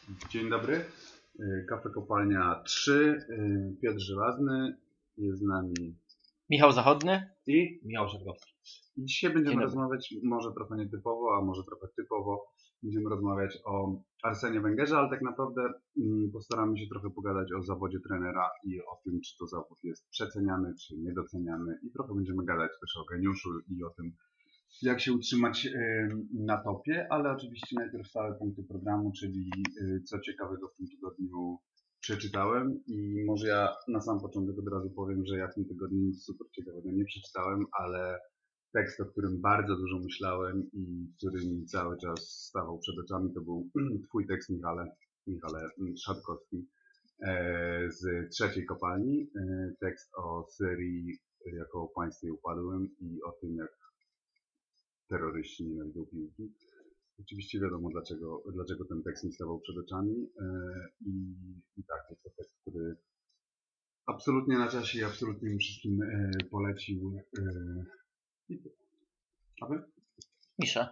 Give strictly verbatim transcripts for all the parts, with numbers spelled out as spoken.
Dzień dobry, Kafe Kopalnia trzy, Piotr Żelazny, jest z nami Michał Zachodny i Michał Szedkowski. I dzisiaj będziemy rozmawiać, może trochę nietypowo, a może trochę typowo, będziemy rozmawiać o Arsenie Wengerze, ale tak naprawdę postaramy się trochę pogadać o zawodzie trenera i o tym, czy to zawód jest przeceniany, czy niedoceniany, i trochę będziemy gadać też o geniuszu i o tym, jak się utrzymać na topie, ale oczywiście najpierw stałe punkty programu, czyli co ciekawego w tym tygodniu przeczytałem. I może ja na sam początek od razu powiem, że ja w tym tygodniu nic super ciekawego nie przeczytałem, ale tekst, o którym bardzo dużo myślałem i który mi cały czas stawał przed oczami, to był twój tekst, Michale, Michale Szadkowski z Trzeciej Kopalni. Tekst o Syrii jako państwie upadłym i o tym, jak terroryści nienawidzą piłki. Oczywiście wiadomo, dlaczego, dlaczego ten tekst mi stawał przed oczami. I, i tak, jest to tekst, który absolutnie na czasie i absolutnie mi wszystkim polecił. A wy? Misza.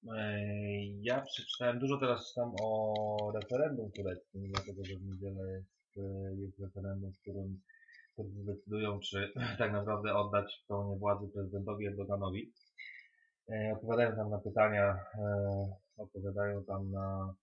Ja przeczytałem, dużo teraz czytam o referendum tureckim, dlatego że w niedzielę jest, jest referendum, w którym zdecydują, czy tak naprawdę oddać pełnię władzy prezydentowi Erdoganowi. Odpowiadają tam na pytania, odpowiadają tam na,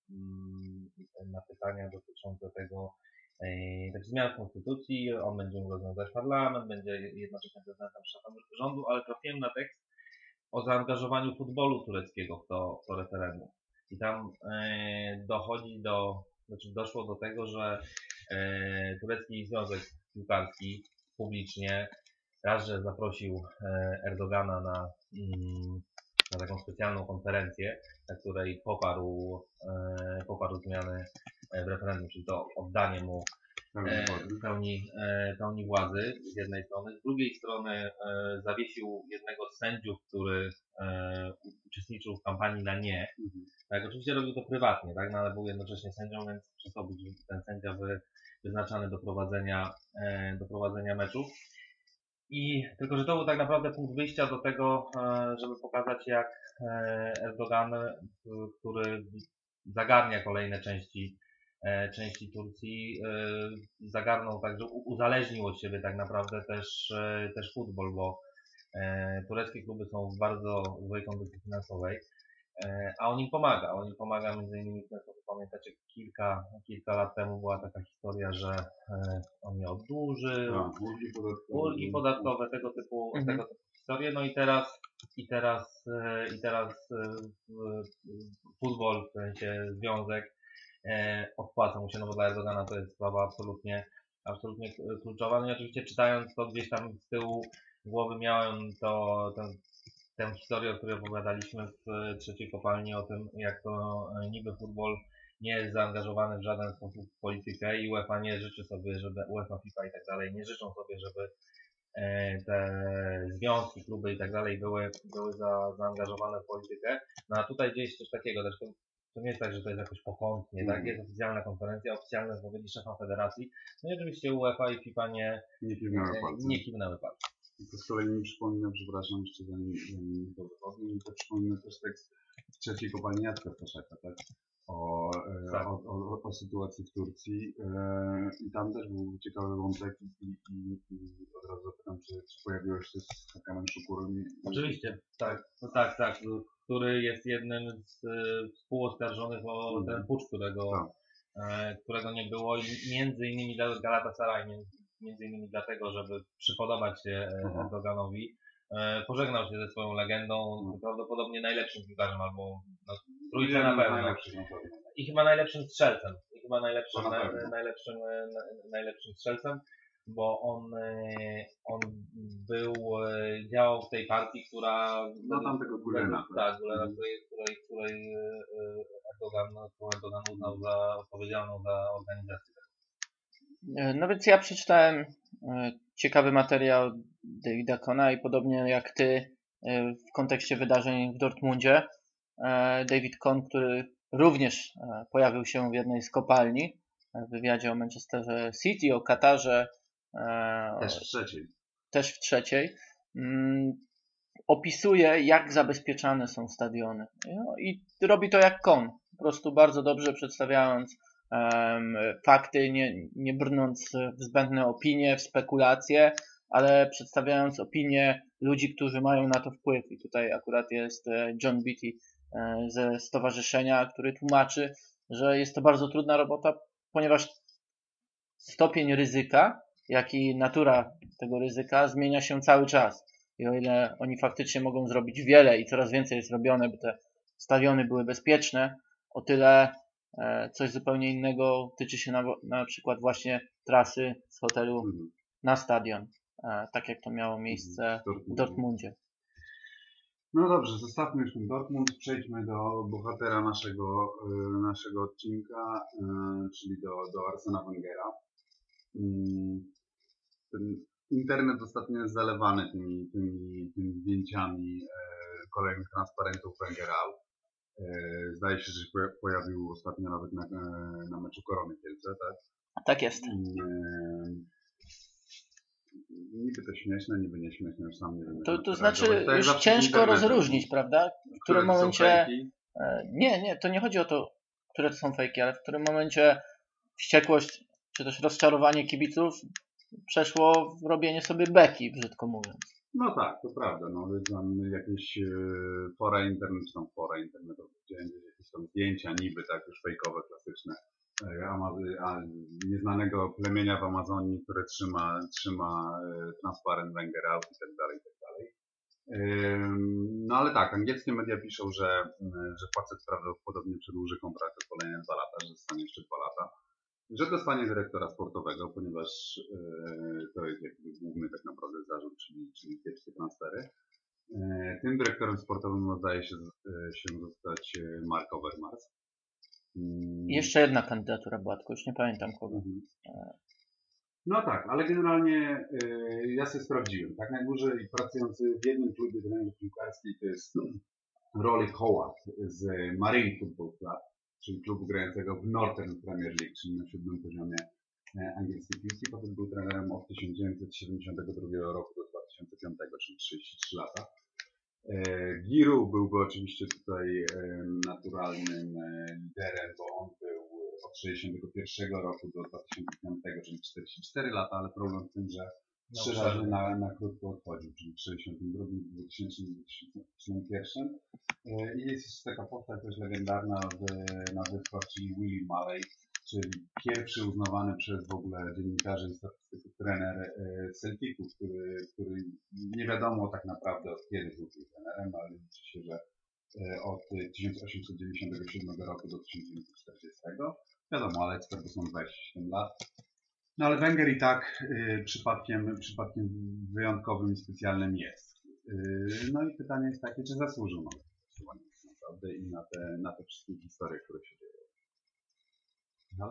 na pytania dotyczące tego, tak zmian w konstytucji. On będzie mógł rozwiązać parlament, będzie jednocześnie prezydentem, szefem rządu, ale trafiłem na tekst o zaangażowaniu futbolu tureckiego w to, w to referendum. I tam dochodzi do, znaczy doszło do tego, że turecki związek piłkarski publicznie raz, że zaprosił Erdogana na na taką specjalną konferencję, na której poparł, e, poparł zmiany w referendum, czyli to oddanie mu e, pełni, e, pełni władzy z jednej strony, z drugiej strony e, zawiesił jednego z sędziów, który e, uczestniczył w kampanii na nie. Mhm. Tak, oczywiście robił to prywatnie, tak, no, ale był jednocześnie sędzią, więc przestał być ten sędzia wy, wyznaczany do prowadzenia, e, do prowadzenia meczów. I tylko, że to był tak naprawdę punkt wyjścia do tego, żeby pokazać, jak Erdogan, który zagarnia kolejne części, części Turcji, zagarnął także, uzależnił od siebie tak naprawdę też, też futbol, bo tureckie kluby są w bardzo złej kondycji finansowej, a on im pomaga. On im pomaga między innymi, w ten sposób, pamiętacie, kilka, kilka lat temu była taka historia, że on je oddłużył, no, ulgi podatkowe, ulgi podatkowe, tego typu, mhm. tego typu historie. No i teraz, i teraz, i teraz futbol, w sensie związek, odpłaca mu się, no bo dla Erdogana to jest sprawa absolutnie, absolutnie kluczowa. No i oczywiście czytając to gdzieś tam z tyłu głowy miałem to, ten, tę historię, o której opowiadaliśmy w Trzeciej Kopalni, o tym, jak to niby futbol nie jest zaangażowany w żaden sposób w politykę i UEFA nie życzy sobie, żeby UEFA, FIFA i tak dalej nie życzą sobie, żeby te związki, kluby i tak dalej były, były za, zaangażowane w politykę. No a tutaj dzieje się coś takiego, zresztą to nie jest tak, że to jest jakoś pokątnie, mm. tak? Jest oficjalna konferencja, oficjalne wypowiedzi szefa federacji. No i oczywiście UEFA i FIFA nie, nie kiwnęły palcem. Nie kiwnęły palcem. I to z kolei mi przypomina, przepraszam, jeszcze zanim, zanim to wychodzi, mi to przypomina też tekst w Trzeciej Kopalni Jacka Staszaka, tak? O, tak. O, o, o sytuacji w Turcji. I tam też był ciekawy wątek i, i, i od razu zapytam, czy, czy pojawiłeś się z Hakanem Szukurem? Oczywiście, tak, no tak, tak, który jest jednym z y, współoskarżonych o mm. ten pucz, którego, tak. y, którego nie było, i między innymi dla Galatasaray, między, między innymi dlatego, żeby przypodobać się uh-huh. Erdoganowi. Pożegnał się ze swoją legendą, hmm. prawdopodobnie najlepszym piłkarzem, albo no, trójce na pewno. I chyba najlepszym strzelcem. I chyba najlepszym, na, najlepszym, na, najlepszym strzelcem, bo on, on był, działał w tej partii, która... No tam tego Gulena. Tak, Gulena, hmm. której, której, której Erdogan, Erdogan uznał za odpowiedzialną za organizację. No więc ja przeczytałem ciekawy materiał Davida Kona i podobnie jak ty w kontekście wydarzeń w Dortmundzie. David Kohn, który również pojawił się w jednej z kopalni w wywiadzie o Manchesterze City, o Katarze. Też w trzeciej. Też w trzeciej. Opisuje, jak zabezpieczane są stadiony. No i robi to jak Kohn. Po prostu bardzo dobrze przedstawiając um, fakty, nie, nie brnąc w zbędne opinie, w spekulacje, ale przedstawiając opinie ludzi, którzy mają na to wpływ. I tutaj akurat jest John Beatty ze stowarzyszenia, który tłumaczy, że jest to bardzo trudna robota, ponieważ stopień ryzyka, jak i natura tego ryzyka zmienia się cały czas. I o ile oni faktycznie mogą zrobić wiele i coraz więcej jest robione, by te stadiony były bezpieczne, o tyle coś zupełnie innego tyczy się na, na przykład właśnie trasy z hotelu mhm. na stadion, tak jak to miało miejsce w Dortmundzie. No dobrze, zostawmy już ten Dortmund, przejdźmy do bohatera naszego, naszego odcinka, czyli do, do Arsena Wengera. Ten internet ostatnio jest zalewany tymi, tymi, tymi zdjęciami kolejnych transparentów Wengera. Zdaje się, że się pojawił ostatnio nawet na, na meczu Korony Kielce, tak? Tak jest. Niby to śmieszne, niby nieśmieszne, już sam nie wiem. To, to znaczy to już ciężko rozróżnić, prawda? W którym momencie... Nie, nie, to nie chodzi o to, które to są fejki, ale w którym momencie wściekłość, czy też rozczarowanie kibiców przeszło w robienie sobie beki, brzydko mówiąc. No tak, to prawda. No, tam jakieś fora internet, czy tam fora internetowe, jakieś tam zdjęcia niby tak już fejkowe, klasyczne. A nieznanego plemienia w Amazonii, które trzyma, trzyma transparent Wenger out i tak dalej, i tak dalej. No ale tak, angielskie media piszą, że, że facet prawdopodobnie przedłuży kontrakt o kolejne dwa lata, że zostanie jeszcze dwa lata, że dostanie dyrektora sportowego, ponieważ to jest jakby główny tak naprawdę zarzut, czyli, czyli kiepskie transfery. Tym dyrektorem sportowym zdaje się, się zostać Mark Overmars. Jeszcze jedna kandydatura była, tylko już nie pamiętam kogo. Mhm. No tak, ale generalnie y, ja sobie sprawdziłem. Tak najdłużej pracujący w jednym klubie trenerów piłkarskich to jest Rolly Howard z Marine Football Club, czyli klubu grającego w Northern Premier League, czyli na siódmym poziomie angielskiej piłki. Potem był trenerem od tysiąc dziewięćset siedemdziesiątego drugiego roku do dwa tysiące piątego, czyli trzydzieści trzy lata. Giroud byłby oczywiście tutaj naturalnym liderem, bo on był od sześćdziesiątego pierwszego roku do dwa tysiące piątego, czyli czterdzieści cztery lata, ale problem w tym, że trzy no, razy na, na krótko odchodził, czyli w sześćdziesiątym drugim, dwutysięcznym, dwa tysiące pierwszym. I jest jeszcze taka postać też legendarna w, na wyspach, czyli Willie Malley, czyli pierwszy uznawany przez w ogóle dziennikarzy i statystyków trener Celticu, który, który nie wiadomo tak naprawdę od kiedy był tym trenerem, ale liczy się, że od tysiąc osiemset dziewięćdziesiątego siódmego roku do tysiąc dziewięćset czterdziestego. Wiadomo, ale ekspertów są dwadzieścia siedem lat. No ale Wenger i tak y, przypadkiem, przypadkiem wyjątkowym i specjalnym jest. Y, no i pytanie jest takie, czy zasłużył na to naprawdę i na te, na te wszystkie historie, które się dzieją. No.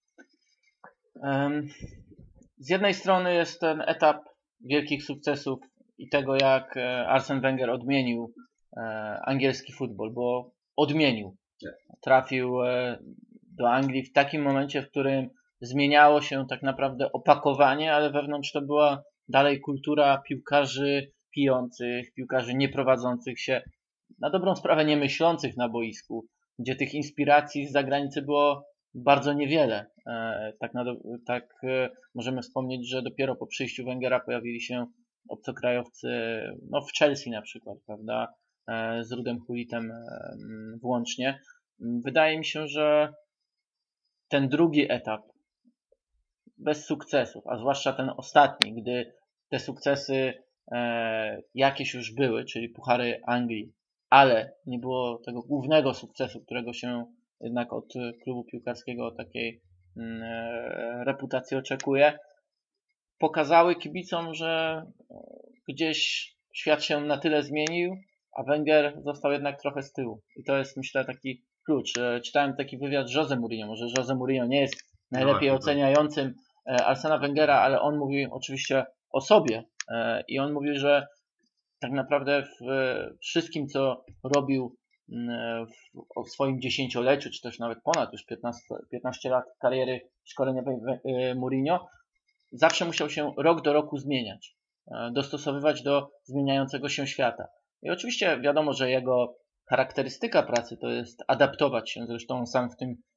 Um, z jednej strony jest ten etap wielkich sukcesów i tego, jak Arsene Wenger odmienił e, angielski futbol, bo odmienił. Trafił e, do Anglii w takim momencie, w którym zmieniało się tak naprawdę opakowanie, ale wewnątrz to była dalej kultura piłkarzy pijących, piłkarzy nieprowadzących się, na dobrą sprawę nie myślących na boisku, gdzie tych inspiracji z zagranicy było bardzo niewiele. E, tak, na, tak e, możemy wspomnieć, że dopiero po przyjściu Wengera pojawili się obcokrajowcy, no w Chelsea na przykład, prawda, e, z Rudem Hulitem e, włącznie. Wydaje mi się, że ten drugi etap bez sukcesów, a zwłaszcza ten ostatni, gdy te sukcesy e, jakieś już były, czyli Puchary Anglii, ale nie było tego głównego sukcesu, którego się jednak od klubu piłkarskiego takiej e, reputacji oczekuje, pokazały kibicom, że gdzieś świat się na tyle zmienił, a Wenger został jednak trochę z tyłu. I to jest, myślę, taki klucz. Czytałem taki wywiad z Jose Mourinho. Może Jose Mourinho nie jest najlepiej no, oceniającym Arsena Wengera, ale on mówi oczywiście o sobie. I on mówi, że tak naprawdę w wszystkim, co robił w swoim dziesięcioleciu, czy też nawet ponad już piętnaście, piętnaście lat kariery szkoleniowej Mourinho, zawsze musiał się rok do roku zmieniać, dostosowywać do zmieniającego się świata. I oczywiście wiadomo, że jego charakterystyka pracy to jest adaptować się, zresztą sam w tym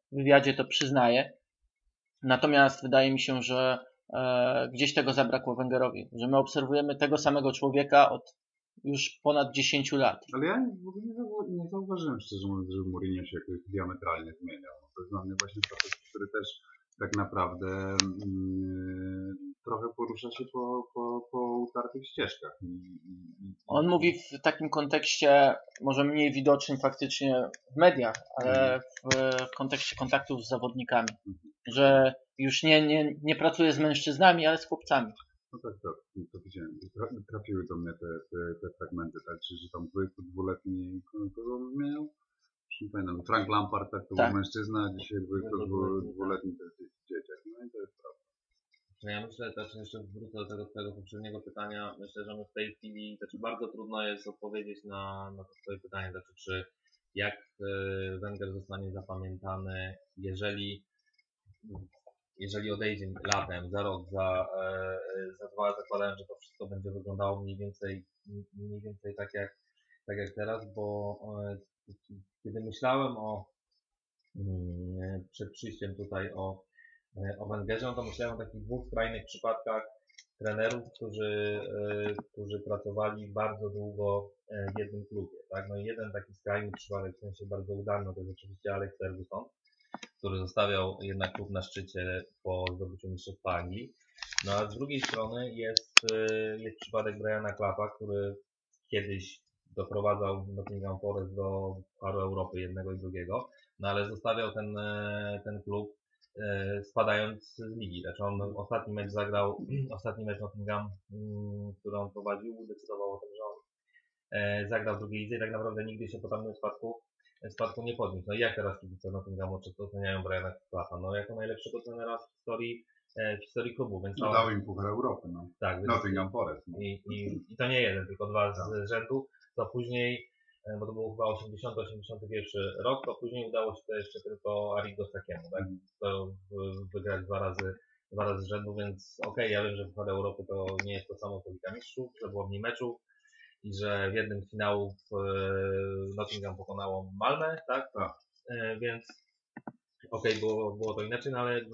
w wywiadzie to przyznaje. Natomiast wydaje mi się, że e, gdzieś tego zabrakło Wengerowi, że my obserwujemy tego samego człowieka od już ponad dziesięciu lat. Ale ja w ogóle nie, zauwa- nie zauważyłem, szczerze mówiąc, że Mourinho się jakoś diametralnie zmieniał. No to jest dla mnie właśnie facet, który też tak naprawdę mm, trochę porusza się po, po, po utartych ścieżkach. I, i, i, On mówi w takim kontekście, może mniej widocznym faktycznie w mediach, ale w, w kontekście kontaktów z zawodnikami, że już nie, nie, nie pracuje z mężczyznami, ale z chłopcami. No tak, tak, to widziałem. Tra- Trafiły do mnie te, te, te fragmenty, tak, że, że tam dwudziestodwuletni, kogo on zmieniał? Już nie pamiętam. Frank Lampard, tak, to Tak. był mężczyzna, a dzisiaj dwudziestodwuletni to jest dzieciak. No i to jest prawda. No ja myślę, znaczy jeszcze wrócę do tego twojego poprzedniego pytania. Myślę, że my w tej chwili, znaczy bardzo trudno jest odpowiedzieć na, na to twoje pytanie, znaczy czy jak y, Wenger zostanie zapamiętany, jeżeli jeżeli odejdzie latem, za rok, za, e, za dwa, zakładałem, że to wszystko będzie wyglądało mniej więcej, mniej więcej tak jak, tak jak teraz, bo e, kiedy myślałem o mm, przed przyjściem tutaj o, e, o Wengerze, no to myślałem o takich dwóch skrajnych przypadkach trenerów, którzy, e, którzy pracowali bardzo długo e, w jednym klubie. Tak? No i jeden taki skrajny przypadek, w sensie bardzo udany, to jest oczywiście Alex Ferguson, który zostawiał jednak klub na szczycie po zdobyciu mistrzostwa Anglii. No a z drugiej strony jest, jest przypadek Briana Clappa, który kiedyś doprowadzał Nottingham Forest do Pucharu Europy jednego i drugiego, no ale zostawiał ten, ten klub spadając z ligi. Znaczy on ostatni mecz zagrał, ostatni mecz Nottingham, który on prowadził, decydował o tym, że on zagrał w drugiej lidze i tak naprawdę nigdy się po tamtym spadku spadku nie podniósł. No i jak teraz kibice Nottinghamu oceniają Briana Clappa? No jako najlepszego trenera w historii, w historii klubu. Więc no, dał im Puchar Europy, no. Tak, więc Nottingham Forest. No. I, i, I to nie jeden, tylko dwa z tak. rzędu. To później, bo to był chyba osiemdziesiąty osiemdziesiąty pierwszy rok, to później udało się to jeszcze tylko Arrigo Sacchiemu, tak? Mm. To wygrać dwa razy, dwa razy z rzędu, więc okej, okay, ja wiem, że Puchar Europy to nie jest to samo co Liga Mistrzów, że było mniej meczów i że w jednym z finałów Nottingham pokonało Malmę, tak? tak. E, więc okej, okay, było, było to inaczej, no ale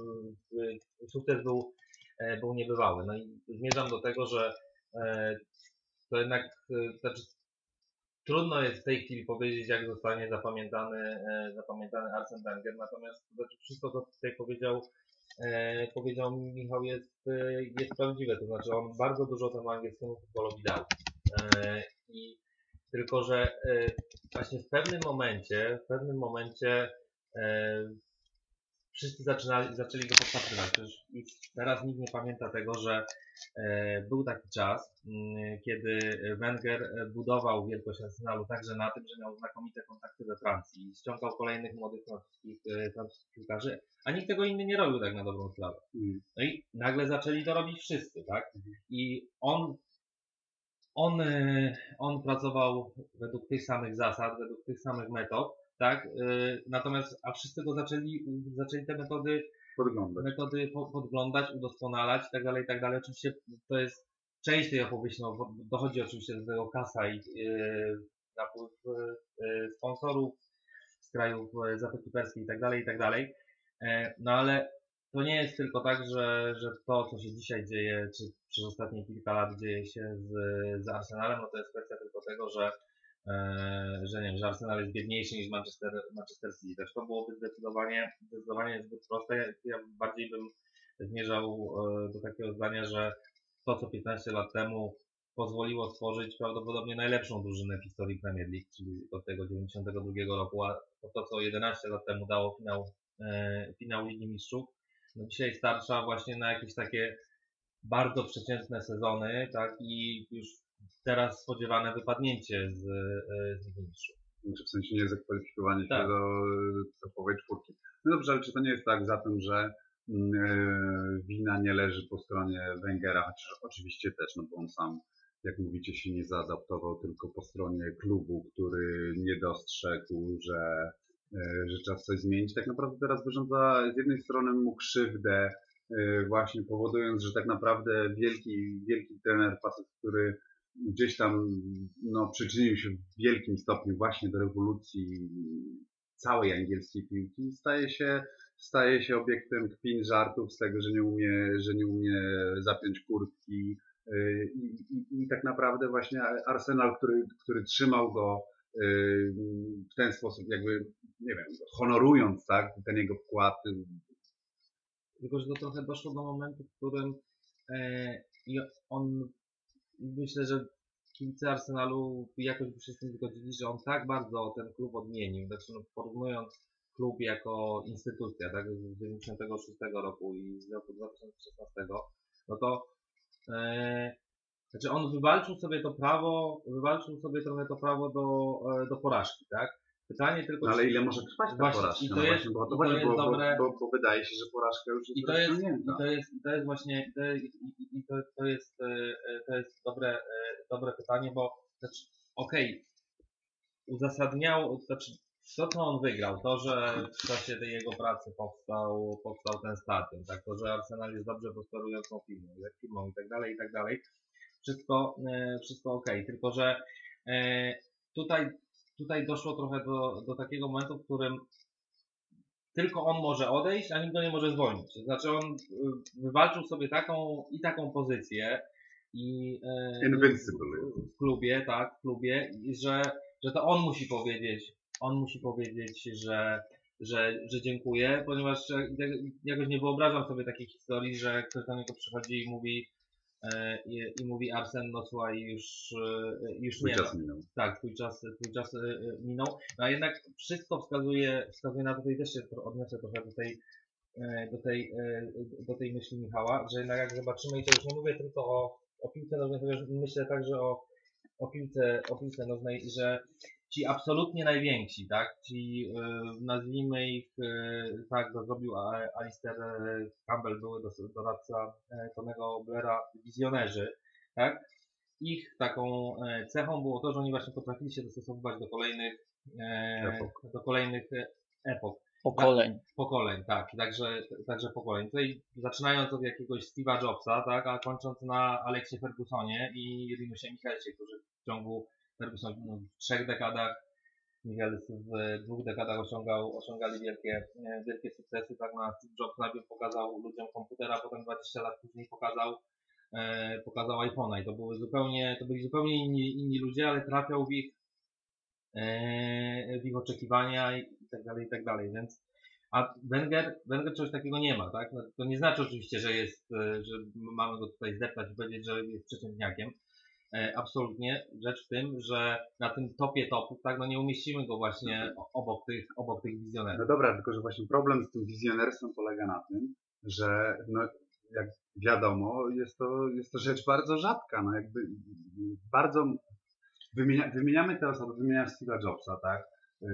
sukces był, był niebywały. No i zmierzam do tego, że e, to jednak e, znaczy, trudno jest w tej chwili powiedzieć, jak zostanie zapamiętany, e, zapamiętany Arsene Wenger, natomiast znaczy, wszystko, co tutaj powiedział, e, powiedział Michał, jest, e, jest prawdziwe, to znaczy on bardzo dużo temu angielskiemu futbolowi dał. E, I tylko, że e, właśnie w pewnym momencie, w pewnym momencie e, wszyscy zaczynali, zaczęli go podpatrywać. Przecież już teraz nikt nie pamięta tego, że e, był taki czas, m, kiedy Wenger budował wielkość Arsenalu także na tym, że miał znakomite kontakty we Francji i ściągał kolejnych młodych francuskich, e, francuskich piłkarzy, a nikt tego inny nie robił tak na dobrą sprawę. Mm. No i nagle zaczęli to robić wszyscy, tak? I on On, on pracował według tych samych zasad, według tych samych metod, tak? Natomiast, a wszyscy go zaczęli, zaczęli te metody podglądać, metody podglądać, udoskonalać i tak dalej, i tak dalej. Oczywiście to jest część tej opowieści, no, dochodzi oczywiście do tego kasa i yy, napływ yy, sponsorów z krajów zabytkuperskich i tak dalej, i tak dalej. Yy, no ale to nie jest tylko tak, że, że to, co się dzisiaj dzieje, czy przez ostatnie kilka lat dzieje się z, z Arsenalem, no to jest kwestia tylko tego, że, e, że nie wiem, że Arsenal jest biedniejszy niż Manchester, Manchester City. Też to byłoby zdecydowanie, zdecydowanie zbyt proste. Ja, ja bardziej bym zmierzał e, do takiego zdania, że to, co piętnaście lat temu pozwoliło stworzyć prawdopodobnie najlepszą drużynę w historii Premier League, czyli od tego dziewięćdziesiątego drugiego roku, a to, co jedenaście lat temu dało finał, e, finał Ligi Mistrzów, no dzisiaj starsza właśnie na jakieś takie bardzo przeciętne sezony, tak, i już teraz spodziewane wypadnięcie z, z Ligi Mistrzów. Znaczy w sensie nie zakwalifikowanie się tak. do topowej czwórki. No dobrze, ale czy to nie jest tak zatem, że yy, wina nie leży po stronie Wengera, chociaż oczywiście też, no bo on sam, jak mówicie, się nie zaadaptował, tylko po stronie klubu, który nie dostrzegł, że że trzeba coś zmienić. Tak naprawdę teraz wyrządza z jednej strony mu krzywdę, właśnie powodując, że tak naprawdę wielki, wielki trener, facet, który gdzieś tam no, przyczynił się w wielkim stopniu właśnie do rewolucji całej angielskiej piłki staje się, staje się obiektem kpin, żartów z tego, że nie umie, że nie umie zapiąć kurtki i, i, i tak naprawdę właśnie Arsenal, który, który trzymał go w ten sposób jakby, nie wiem, honorując, tak, ten jego wkład. Tylko, że to trochę doszło do momentu, w którym e, i on, myślę, że kibice Arsenalu jakoś by się z tym zgodzili, że on tak bardzo ten klub odmienił, znaczy no, porównując klub jako instytucja, tak, z dziewięćdziesiątego szóstego roku i z roku dwa tysiące szesnastego, no to e, znaczy on wywalczył sobie to prawo, wywalczył sobie trochę to prawo do, e, do porażki, tak? Pytanie tylko... No ale ile może trwać ta właśnie, porażka? I to no jest, właśnie, bo, to i to właśnie, jest bo, dobre... bo, bo, bo wydaje się, że porażka już jest I to jest, osiągnięta. i to jest, i to jest właśnie, i to, i, i to, to jest, e, to jest dobre, e, dobre pytanie, bo znaczy, okej, okay, uzasadniał, znaczy to, co on wygrał, to, że w czasie tej jego pracy powstał, powstał ten stadion, tak, to, że Arsenal jest dobrze prosperującą firmą, firmą i tak dalej, i tak dalej, wszystko, e, wszystko okej, okay, tylko że e, tutaj, tutaj doszło trochę do, do takiego momentu, w którym tylko on może odejść, a nikt go nie może zwolnić. To znaczy on wywalczył sobie taką i taką pozycję i e, Invincible. w klubie, tak, w klubie, że, że to on musi powiedzieć, on musi powiedzieć, że, że, że dziękuję, ponieważ jakoś nie wyobrażam sobie takiej historii, że ktoś do niego przychodzi i mówi I, i mówi Arsen, no słuchaj, już, już twój nie czas ma. minął. Tak, twój czas, twój czas minął. No a jednak wszystko wskazuje, wskazuje na to, i też się odniosę trochę do tej, do tej, do tej myśli Michała, że jednak jak zobaczymy, i to już nie mówię tylko o, o piłce nożnej, chociaż myślę także o, o piłce, o piłce nożnej, że ci absolutnie najwięksi, tak, ci y, nazwijmy ich y, tak, to zrobił Alistair Campbell, były doradca Tonego Blaira, wizjonerzy, tak, ich taką e, cechą było to, że oni właśnie potrafili się dostosowywać do kolejnych e, do kolejnych epok. Pokoleń. Tak, pokoleń, tak, także, także pokoleń. Tutaj zaczynając od jakiegoś Steve'a Jobsa, tak, a kończąc na Aleksie Fergusonie i Rinusie Michelsie, którzy w ciągu Ferguson no, w trzech dekadach, Michels w dwóch dekadach osiągał, osiągali wielkie, wielkie sukcesy. Tak, na Steve Jobs najpierw pokazał ludziom komputera, potem dwadzieścia lat później pokazał, e, pokazał iPhone'a i to były zupełnie, to byli zupełnie inni, inni ludzie, ale trafiał w ich, e, w ich oczekiwania i, i tak dalej, i tak dalej, więc a Wenger, Wenger czegoś takiego nie ma, tak? No, to nie znaczy oczywiście, że jest, że mamy go tutaj zdeptać i powiedzieć, że jest przeciętniakiem. Absolutnie. Rzecz w tym, że na tym topie topów, tak, no nie umieścimy go właśnie obok tych, obok tych wizjonerów. No dobra, tylko że właśnie problem z tym wizjonerstwem polega na tym, że no, jak wiadomo, jest to, jest to rzecz bardzo rzadka, no jakby bardzo wymienia, wymieniamy te osoby, wymieniamy Steve'a Jobsa, tak?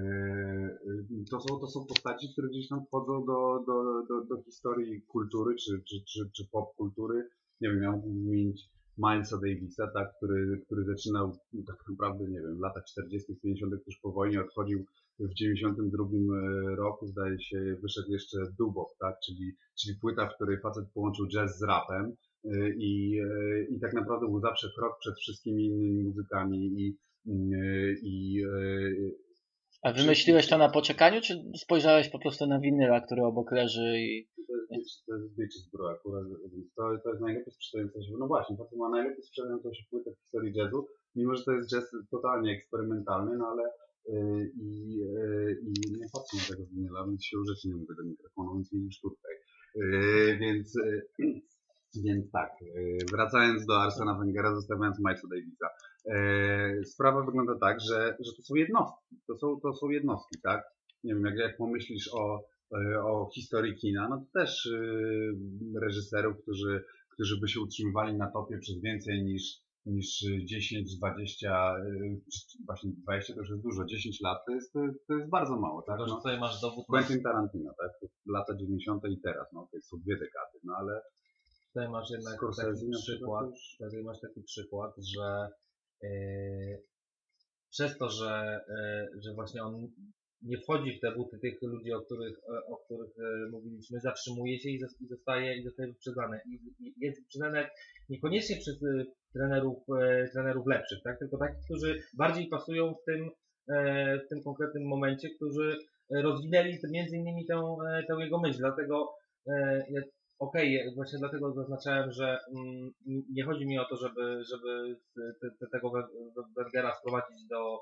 Yy, to są, to są postaci, które gdzieś tam wchodzą do, do, do, do historii kultury czy, czy, czy, czy pop kultury. Nie wiem, ja mógłbym wymienić Milesa Davisa, tak, który, który zaczynał tak naprawdę, nie wiem, w latach czterdziestych, pięćdziesiątych tuż po wojnie, odchodził w dziewięćdziesiątym drugim roku, zdaje się, wyszedł jeszcze Dubop, tak, czyli, czyli płyta, w której facet połączył jazz z rapem i, i tak naprawdę był zawsze krok przed wszystkimi innymi muzykami i, i, i A wymyśliłeś to na poczekaniu, czy spojrzałeś po prostu na winyla, który obok leży i... To jest Bitches Brew akurat, to, to jest najlepiej sprzedająca się, no właśnie, to ma najlepiej sprzedającą się płytę w historii jazzu, mimo że to jest jazz totalnie eksperymentalny, no ale yy, i, yy, i nie patrzę na tego winyla, więc się rzeczy nie mówię do mikrofonu, więc nie już tutaj. Yy, więc, yy, więc tak, yy, wracając do Arsena Wengera, zostawiając Milesa Davisa. Yy, sprawa wygląda tak, że, że to są jednostki, to są, to są jednostki, tak? Nie wiem, jak, jak pomyślisz o o historii kina, no to też yy, reżyserów, którzy, którzy by się utrzymywali na topie przez więcej niż, niż dziesięć, dwadzieścia, yy, właśnie dwadzieścia to już jest dużo, dziesięć lat to jest, to jest bardzo mało, tak? No, tutaj masz dowód Quentin Tarantino, tak? Lata dziewięćdziesiąte i teraz, no to są dwie dekady, no ale tutaj masz jednak Scorsese taki przykład, tutaj masz taki przykład, że yy, przez to, że, yy, że właśnie on nie wchodzi w te buty tych ludzi, o których, o których mówiliśmy, zatrzymuje się i zostaje, i zostaje wyprzedzany. I jest wyprzedzany niekoniecznie przez trenerów, trenerów lepszych, tak? Tylko takich, którzy bardziej pasują w tym, w tym konkretnym momencie, którzy, rozwinęli między innymi tę, tę jego myśl, dlatego ja, okej, okay, właśnie dlatego zaznaczałem, że mm, nie chodzi mi o to, żeby, żeby te, te, tego Wengera sprowadzić do,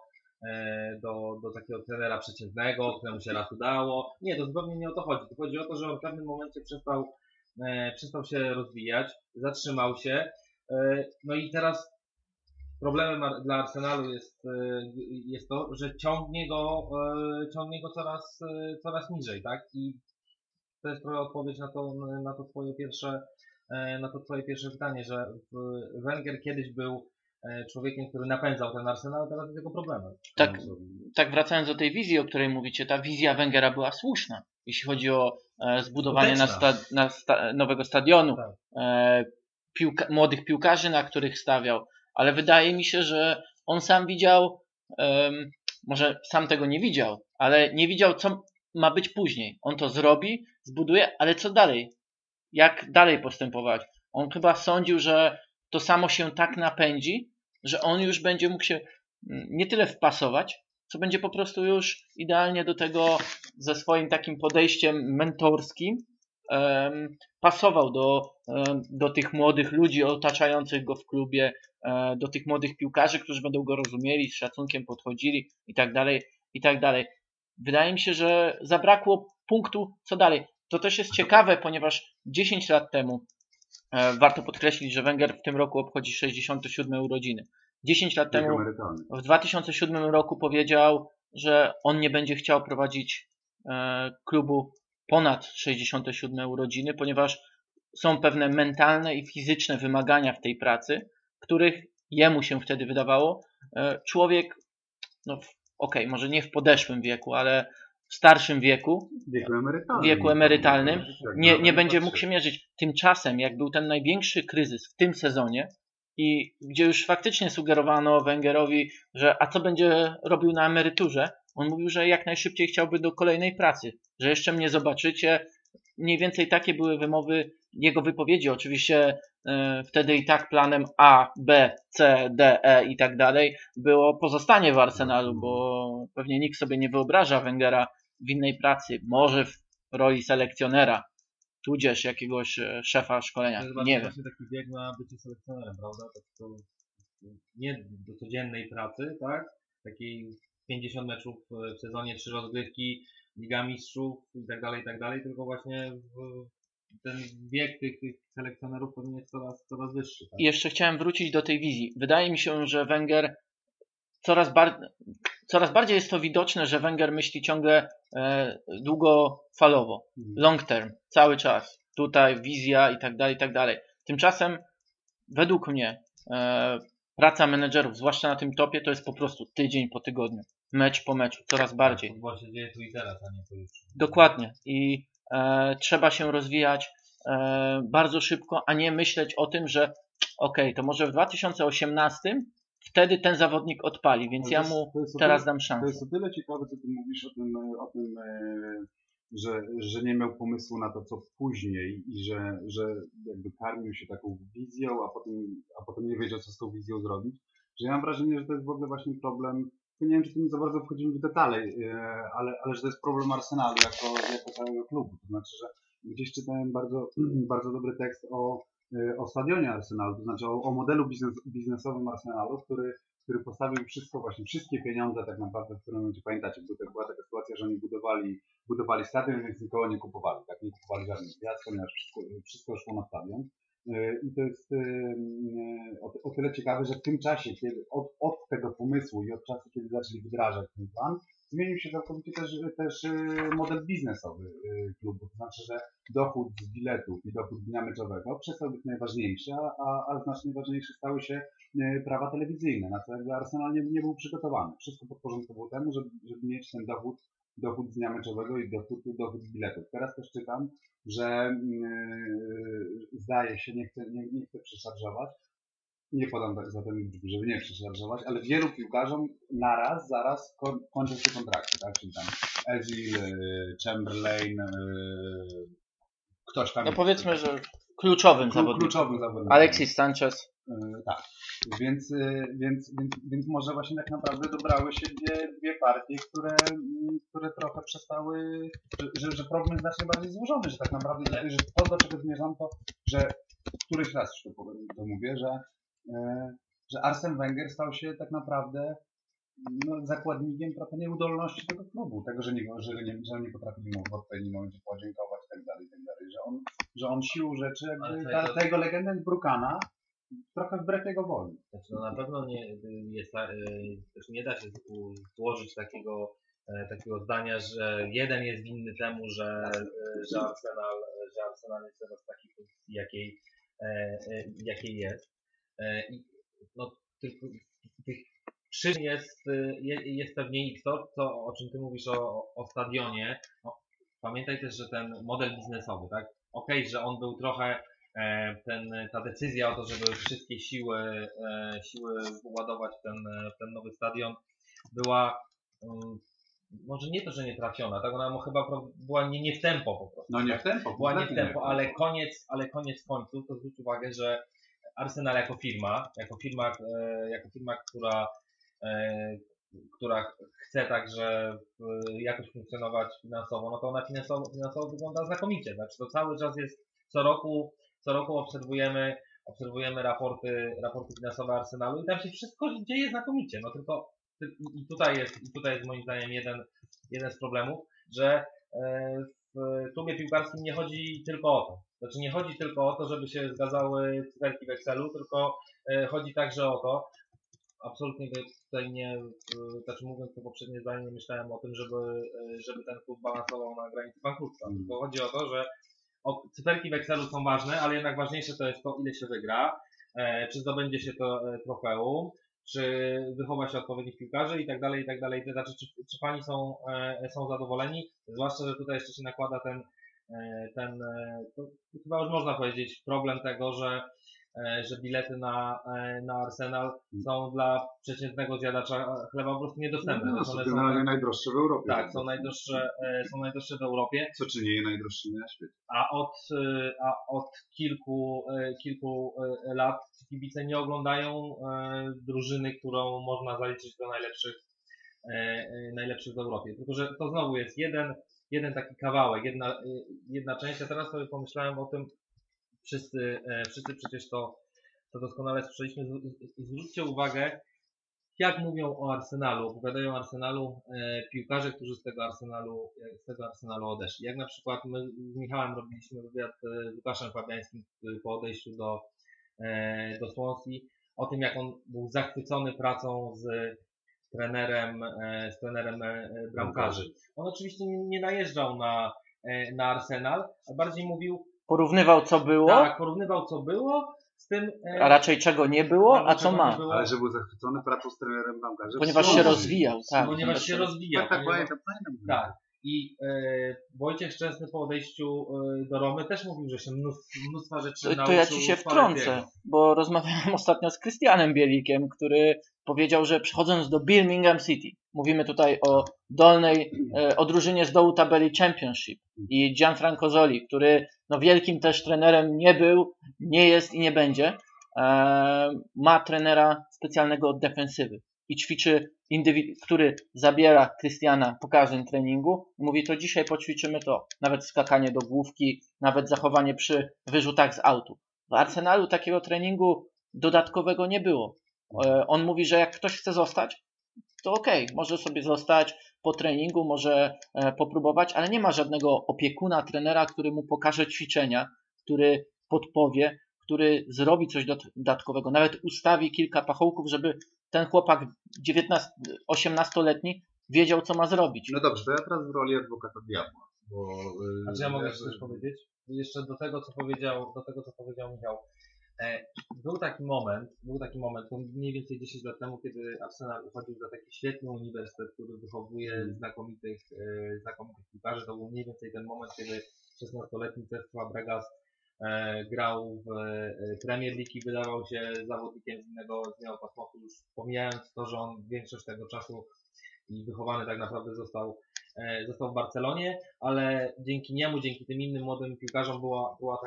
do, do takiego trenera przeciętnego, któremu się raz udało. Nie, to zupełnie nie o to chodzi. To chodzi o to, że on w pewnym momencie przestał, przestał się rozwijać, zatrzymał się, no i teraz problemem dla Arsenalu jest, jest to, że ciągnie go, ciągnie go coraz, coraz niżej, tak? I to jest trochę odpowiedź na to, na to twoje pierwsze, na to twoje pierwsze pytanie, że Wenger kiedyś był człowiekiem, który napędzał ten Arsenal, a teraz jest jego problemem. Tak, tak wracając do tej wizji, o której mówicie, ta wizja Wengera była słuszna, jeśli chodzi o e, zbudowanie na sta, na sta, nowego stadionu, tak. e, piłka, młodych piłkarzy, na których stawiał, ale wydaje mi się, że on sam widział, e, może sam tego nie widział, ale nie widział, co ma być później. On to zrobi, zbuduje, ale co dalej? Jak dalej postępować? On chyba sądził, że to samo się tak napędzi, że on już będzie mógł się nie tyle wpasować, co będzie po prostu już idealnie do tego ze swoim takim podejściem mentorskim um, pasował do, um, do tych młodych ludzi otaczających go w klubie, um, do tych młodych piłkarzy, którzy będą go rozumieli, z szacunkiem podchodzili i tak dalej, i tak dalej. Wydaje mi się, że zabrakło punktu, co dalej. To też jest ciekawe, ponieważ dziesięć lat temu e, warto podkreślić, że Wenger w tym roku obchodzi sześćdziesiąte siódme urodziny. dziesięć lat temu, w dwa tysiące siódmym roku powiedział, że on nie będzie chciał prowadzić e, klubu ponad sześćdziesiąte siódme urodziny, ponieważ są pewne mentalne i fizyczne wymagania w tej pracy, których jemu się wtedy wydawało, e, człowiek, no okej, okay, może nie w podeszłym wieku, ale w starszym wieku, wieku emerytalnym, wieku emerytalnym nie, nie będzie mógł się mierzyć. Tymczasem, jak był ten największy kryzys w tym sezonie i gdzie już faktycznie sugerowano Wengerowi, że a co będzie robił na emeryturze, on mówił, że jak najszybciej chciałby do kolejnej pracy, że jeszcze mnie zobaczycie. Mniej więcej takie były wymowy jego wypowiedzi. Oczywiście e, wtedy i tak planem A, B, C, D, E i tak dalej było pozostanie w Arsenalu, bo pewnie nikt sobie nie wyobraża Wengera w innej pracy, może w roli selekcjonera, tudzież jakiegoś szefa szkolenia. To jest nie wiem. Właśnie taki bieg na bycie selekcjonerem, prawda? To, to nie do codziennej pracy, tak? Takiej pięćdziesiąt meczów w sezonie, trzy rozgrywki, Liga Mistrzów i tak dalej, i tak dalej, tylko właśnie w, ten wiek tych, tych selekcjonerów pewnie jest coraz, coraz wyższy. Tak? I jeszcze chciałem wrócić do tej wizji. Wydaje mi się, że Wenger coraz, bar... coraz bardziej jest to widoczne, że Wenger myśli ciągle e, długofalowo, long term, cały czas. Tutaj wizja i tak dalej, i tak dalej. Tymczasem według mnie e, praca menedżerów, zwłaszcza na tym topie, to jest po prostu tydzień po tygodniu, mecz po meczu, coraz bardziej. To właśnie dzieje tu i teraz, a nie tu już. Dokładnie. I e, trzeba się rozwijać e, bardzo szybko, a nie myśleć o tym, że okej, okay, to może w dwa tysiące osiemnastym wtedy ten zawodnik odpali, więc ja mu teraz tyle, dam szansę. To jest o tyle ciekawe, co ty mówisz o tym, o tym że, że nie miał pomysłu na to, co później i że, że jakby karmił się taką wizją, a potem, a potem nie wiedział, co z tą wizją zrobić. Że ja mam wrażenie, że to jest w ogóle właśnie problem, nie wiem, czy tu nie za bardzo wchodzimy w detale, ale, ale że to jest problem Arsenalu jako, jako całego klubu. To znaczy, że gdzieś czytałem bardzo, bardzo dobry tekst o, o stadionie Arsenalu, to znaczy o, o modelu biznes, biznesowym Arsenalu, który, który postawił wszystko, właśnie wszystkie pieniądze tak naprawdę, w którym momencie pamiętacie, była taka sytuacja, że oni budowali, budowali stadion, więc nikogo nie kupowali, tak, nie kupowali żadnych gwiazd, ponieważ wszystko, wszystko szło na stadion. I to jest o, o tyle ciekawe, że w tym czasie, kiedy od, od tego pomysłu i od czasu, kiedy zaczęli wdrażać ten plan, zmienił się całkowicie też, też model biznesowy klubu. To znaczy, że dochód z biletów i dochód dnia meczowego przestał być najważniejszy, a, a znacznie ważniejsze stały się prawa telewizyjne, na co jakby Arsenal nie, nie był przygotowany. Wszystko podporządkowało temu, żeby, żeby mieć ten dochód, dochód z dnia meczowego i dochód, dochód z biletów. Teraz też czytam, że yy, zdaje się, nie chcę, nie, nie chcę przeszarżować, nie podam tak zatem liczby, żeby nie przeszarżować, ale wielu piłkarzom naraz, zaraz kon, kończą się kontrakty, tak? Czyli tam Ezil, yy, Chamberlain, yy, ktoś tam... No powiedzmy, że Kluczowym Klu- zawodnikiem. kluczowym zawodnikiem. Alexis Sanchez. Yy, tak. Więc, yy, więc, więc, więc może właśnie tak naprawdę dobrały się dwie, dwie partie, które, mm, które trochę przestały, że, że, że problem jest znacznie bardziej złożony, że tak naprawdę, że, że to, do czego zmierzam, to, że któryś raz już to, powiem- to mówię, że, yy, że Arsene Wenger stał się tak naprawdę no, zakładnikiem trochę nieudolności tego klubu, tego, że nie, że nie, że nie potrafili mu w odpowiednim momencie podziękować i tak dalej, i tak dalej, że on, że on siłą rzeczy, Ale jakby to- ta, to- ta jego legenda jest brukana, trochę wbrew jego woli. Znaczy, no na pewno nie jest, ta- y, też nie da się u- złożyć takiego, e, takiego zdania, że jeden jest winny temu, że, y, że, Arsenal, że Arsenal jest teraz w takiej pozycji, jakiej, e, e, jakiej jest. E, I no, tych, tych przyczyn jest, y, je- jest pewnie X. To, to, o czym ty mówisz o, o stadionie, no, pamiętaj też, że ten model biznesowy, tak? Okej, że on był trochę e, ten, ta decyzja o to, żeby wszystkie siły, e, siły władować w ten, w ten nowy stadion była mm, może nie to, że nie trafiona, tak ona chyba pro- była nie, nie w tempo po prostu. No nie tak? w tempo. Była nie w kompletnie tempo, ale koniec, ale koniec końców to zwróć uwagę, że Arsenal jako firma, jako firma, e, jako firma, która e, która chce także e, jakoś funkcjonować finansowo, no to ona finansowo, finansowo wygląda znakomicie. Znaczy to cały czas jest co roku, co roku obserwujemy, obserwujemy raporty, raporty finansowe Arsenalu i tam się wszystko dzieje znakomicie. No tylko ty- i i tutaj jest, i tutaj jest moim zdaniem jeden, jeden z problemów, że e, w klubie piłkarskim nie chodzi tylko o to. Znaczy nie chodzi tylko o to, żeby się zgadzały cyferki w Excelu, tylko e, chodzi także o to, absolutnie tutaj nie, y, znaczy mówiąc to poprzednie zdanie, nie myślałem o tym, żeby, y, żeby ten klub balansował na granicy bankructwa. Mm. Tylko chodzi o to, że o, cyferki w Excelu są ważne, ale jednak ważniejsze to jest to, ile się wygra, e, czy zdobędzie się to e, trofeum, czy wychowa się odpowiednich piłkarzy i tak dalej, i tak dalej. To znaczy, czy, czy fani są, e, są zadowoleni, zwłaszcza, że tutaj jeszcze się nakłada ten, e, ten e, to chyba już można powiedzieć, problem tego, że e, że bilety na, e, na Arsenal są dla przeciętnego zjadacza chleba po prostu niedostępne. No, Znaczy są one generalnie są, najdroższe w Europie. tak, są najdroższe, e, są najdroższe w Europie, Co czyni je najdroższymi na świecie. a od, e, a od kilku, e, kilku e, lat kibice nie oglądają e, drużyny, którą można zaliczyć do najlepszych, e, e, najlepszych w Europie. Tylko, że to znowu jest jeden, jeden taki kawałek, jedna, e, jedna część. Ja teraz sobie pomyślałem o tym, wszyscy, e, wszyscy przecież to, to doskonale słyszeliśmy. Z- z- Zwróćcie uwagę, jak mówią o Arsenalu, opowiadają o Arsenalu e, piłkarze, którzy z tego Arsenalu, e, z tego Arsenalu odeszli. Jak na przykład my z Michałem robiliśmy wywiad e, z Łukaszem Fabiańskim e, po odejściu do, e, do Swansea, o tym jak on był zachwycony pracą z trenerem, e, z trenerem e, bramkarzy. On oczywiście nie, nie najeżdżał na, e, na Arsenal, a bardziej mówił, Porównywał co było, tak, porównywał co było z tym, e, a raczej czego nie było, albo a co czego ma. nie było. Ale że był zachwycony pracą z trenerem bramkarzy. Ponieważ się Swansea. rozwijał, tak. ponieważ się rozwijał. Tak, tak, ponieważ- pamiętam, pamiętam. Tak. I e, Wojciech Szczęsny po odejściu e, do Romy też mówił, że się mnóstwo, mnóstwa rzeczy To, nauczył. to ja ci się wtrącę, Spallettiego. bo rozmawiałem ostatnio z Krystianem Bielikiem, który powiedział, że przychodząc do Birmingham City, mówimy tutaj o dolnej, e, o drużynie z dołu tabeli Championship i Gianfranco Zoli, który no wielkim też trenerem nie był, nie jest i nie będzie, e, ma trenera specjalnego od defensywy i ćwiczy, indywi- który zabiera Krystiana po każdym treningu i mówi, to dzisiaj poćwiczymy to, nawet skakanie do główki, nawet zachowanie przy wyrzutach z autu. W Arsenalu takiego treningu dodatkowego nie było. E, On mówi, że jak ktoś chce zostać, to okej, może sobie zostać po treningu, może e, popróbować, ale nie ma żadnego opiekuna, trenera, który mu pokaże ćwiczenia, który podpowie, który zrobi coś dod- dodatkowego, nawet ustawi kilka pachołków, żeby ten chłopak dziewiętnasto osiemnastoletni wiedział, co ma zrobić. No dobrze, to ja teraz w roli adwokata diabła. Bo, A yy, czy ja mogę ja- jeszcze coś powiedzieć? Jeszcze do tego, co powiedział, do tego, co powiedział Michał. E, był taki moment, był taki moment, to mniej więcej dziesięć lat temu, kiedy Arsenal uchodził za taki świetny uniwersytet, który wychowuje znakomitych, e, znakomitych piłkarzy. To był mniej więcej ten moment, kiedy szesnastoletni Cesc Fabregas e, grał w e, Premier League i wydawał się zawodnikiem z innego, z innego kosmosu, już pomijając to, że on większość tego czasu i wychowany tak naprawdę został, e, został w Barcelonie, ale dzięki niemu, dzięki tym innym młodym piłkarzom była, była taka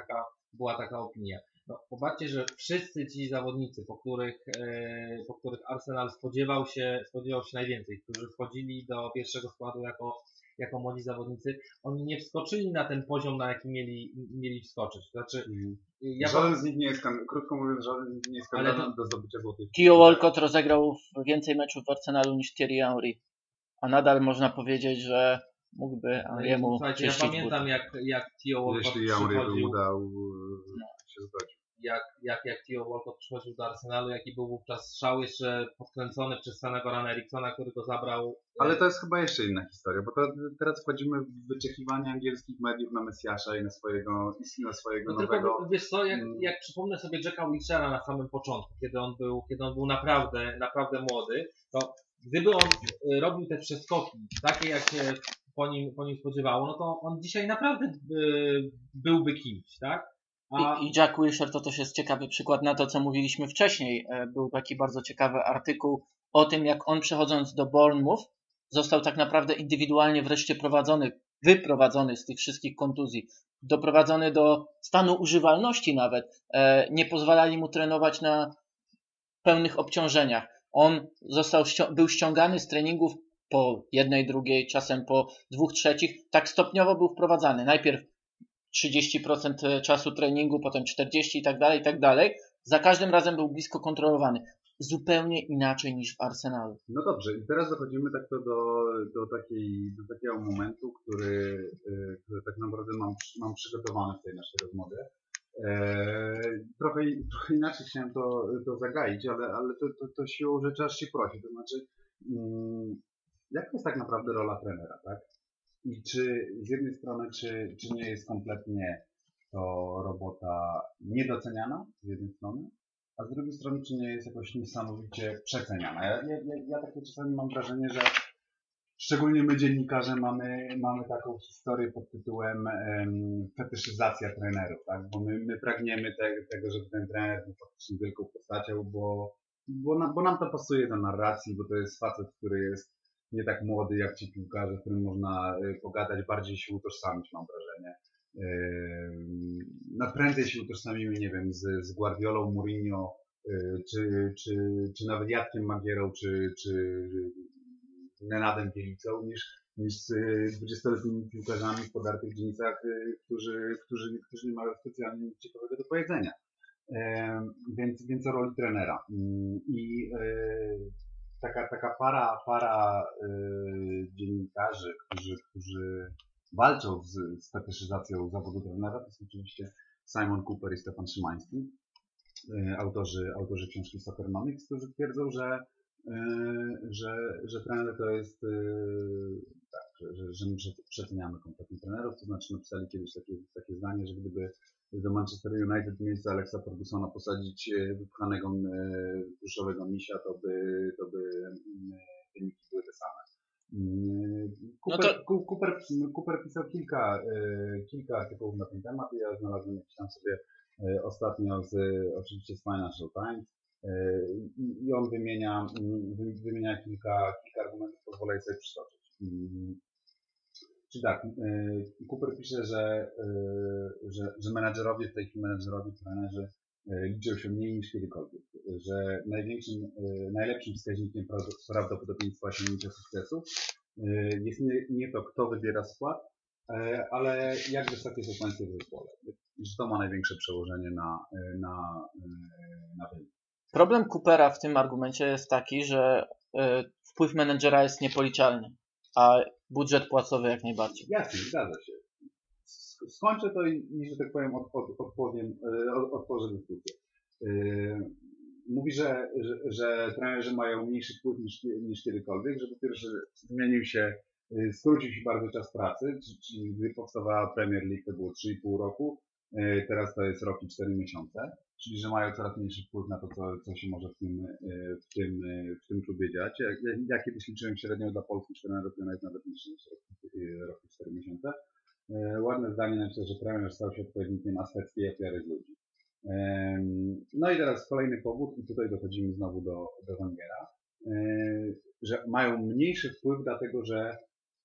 była taka opinia. No, popatrzcie, że wszyscy ci zawodnicy, po których, e, po których Arsenal spodziewał się, spodziewał się najwięcej, którzy wchodzili do pierwszego składu jako, jako młodzi zawodnicy, oni nie wskoczyli na ten poziom, na jaki mieli, mieli wskoczyć. Znaczy, Mm. ja Żaden z nich nie jest, kan- krótko mówiąc, żaden z nich nie jest Ale kandydatem to- do zdobycia złotej. Theo Walcott rozegrał więcej meczów w Arsenalu niż Thierry Henry. A nadal można powiedzieć, że mógłby Henry'emu Słuchajcie, ja czyścić pamiętam buty. jak, jak Theo Walcott Jeśli Henry by przychodził, udał e, się zgodzić. jak, jak, jak Theo Walcott przychodził do Arsenalu, jaki był wówczas szał jeszcze podkręcony przez Sana Gorana Ericssona, który go zabrał. Ale to jest chyba jeszcze inna historia, bo to teraz wchodzimy w wyczekiwanie angielskich mediów na Mesjasza i na swojego, i na swojego No nowego... tylko wiesz co, jak, Mm. jak przypomnę sobie Jacka Wilshera na samym początku, kiedy on był, kiedy on był naprawdę, naprawdę młody, to gdyby on y, robił te przeskoki, takie jak się po nim, po nim spodziewało, no to on dzisiaj naprawdę y, byłby kimś, tak? A I, I Jack Wilshere to też jest ciekawy przykład na to, co mówiliśmy wcześniej. E, Był taki bardzo ciekawy artykuł o tym, jak on przechodząc do Bournemouth został tak naprawdę indywidualnie wreszcie prowadzony, wyprowadzony z tych wszystkich kontuzji, doprowadzony do stanu używalności nawet. E, Nie pozwalali mu trenować na pełnych obciążeniach. On został, ścią- był ściągany z treningów po jednej, drugiej, czasem po dwóch, trzecich. Tak stopniowo był wprowadzany. Najpierw trzydzieści procent czasu treningu, potem czterdzieści procent i tak dalej, i tak dalej. Za każdym razem był blisko kontrolowany. Zupełnie inaczej niż w Arsenalu. No dobrze, i teraz dochodzimy tak to do, do, takiej, do takiego momentu, który, y, który tak naprawdę mam, mam przygotowany w tej naszej rozmowie. E, trochę, trochę inaczej chciałem to, to zagaić, ale, ale to, to, to siłą rzeczy aż się prosi. To znaczy, mm, jaka jest tak naprawdę rola trenera, tak? I czy z jednej strony, czy, czy nie jest kompletnie to robota niedoceniana z jednej strony, a z drugiej strony, czy nie jest jakoś niesamowicie przeceniana. Ja, ja, ja, ja takie czasami mam wrażenie, że szczególnie my dziennikarze mamy, mamy taką historię pod tytułem um, fetyszyzacja trenerów, tak? Bo my, my pragniemy te, tego, żeby ten trener był faktycznie wielką postacią, bo, bo, nam, bo nam to pasuje do narracji, bo to jest facet, który jest nie tak młody jak ci piłkarze, z którym można y, pogadać, bardziej się utożsamić, mam wrażenie. Yy, no prędzej się utożsamimy, nie wiem, z, z Guardiolą, Mourinho, yy, czy, czy, czy nawet Jadkiem Magierą, czy, czy Nenadem Bielicą, niż, niż z dwudziestoletnimi piłkarzami w podartych dżinsach, yy, którzy, którzy, którzy nie mają specjalnie nic ciekawego do powiedzenia. Yy, więc, więc o roli trenera. Yy, I yy, taka, taka para, para yy, dziennikarzy, którzy, którzy walczą z, z fetyszyzacją zawodu trenera, to jest oczywiście Simon Cooper i Stefan Szymański, autorzy, autorzy książki Soccernomics, którzy twierdzą, że, że, że trener to jest tak, że, że, że my przeceniamy kompletnie trenerów, to znaczy napisali kiedyś takie, takie zdanie, że gdyby do Manchester United w miejsce Alexa Fergusona posadzić wypchanego pluszowego misia, to by, to by wyniki były te same. Cooper, No to... Cooper, Cooper pisał kilka, kilka artykułów na ten temat. Ja znalazłem jakiś tam sobie ostatnio z, oczywiście z Financial Times i on wymienia, wymienia kilka, kilka argumentów, pozwolę sobie przytoczyć. Czyli tak, Cooper pisze, że, że, że menadżerowie, w tej chwili menadżerowie, trenerzy liczą się mniej niż kiedykolwiek, że największym, najlepszym wskaźnikiem prawdopodobieństwa osiągnięcia sukcesu jest nie, nie to, kto wybiera skład, ale jak wysokie są pensje w zespole. Że to ma największe przełożenie na, na, na wynik. Problem Coopera w tym argumencie jest taki, że wpływ menedżera jest niepoliczalny, a budżet płacowy jak najbardziej. Jasne, zgadza się. Skończę to i, i że tak powiem, od, od, odpowiem, od, otworzę dyskusję. Yy, mówi, że, że, że trenerzy mają mniejszy wpływ niż, niż kiedykolwiek, że po pierwsze zmienił się, yy, skrócił się bardzo czas pracy, czyli gdy powstawała Premier League to było trzy i pół roku, yy, teraz to jest rok i cztery miesiące, czyli że mają coraz mniejszy wpływ na to, co, co się może w tym, yy, w tym, yy, w tym klubie dziać. Ja, ja, ja kiedyś liczyłem średnio dla polskich trenerów, to jest nawet mniejszy niż rok, yy, rok i cztery miesiące. Ładne zdanie napisał, że trener stał się odpowiednikiem asceckiej ofiary z ludzi. No i teraz kolejny powód, i tutaj dochodzimy znowu do, do Wengera, że mają mniejszy wpływ dlatego, że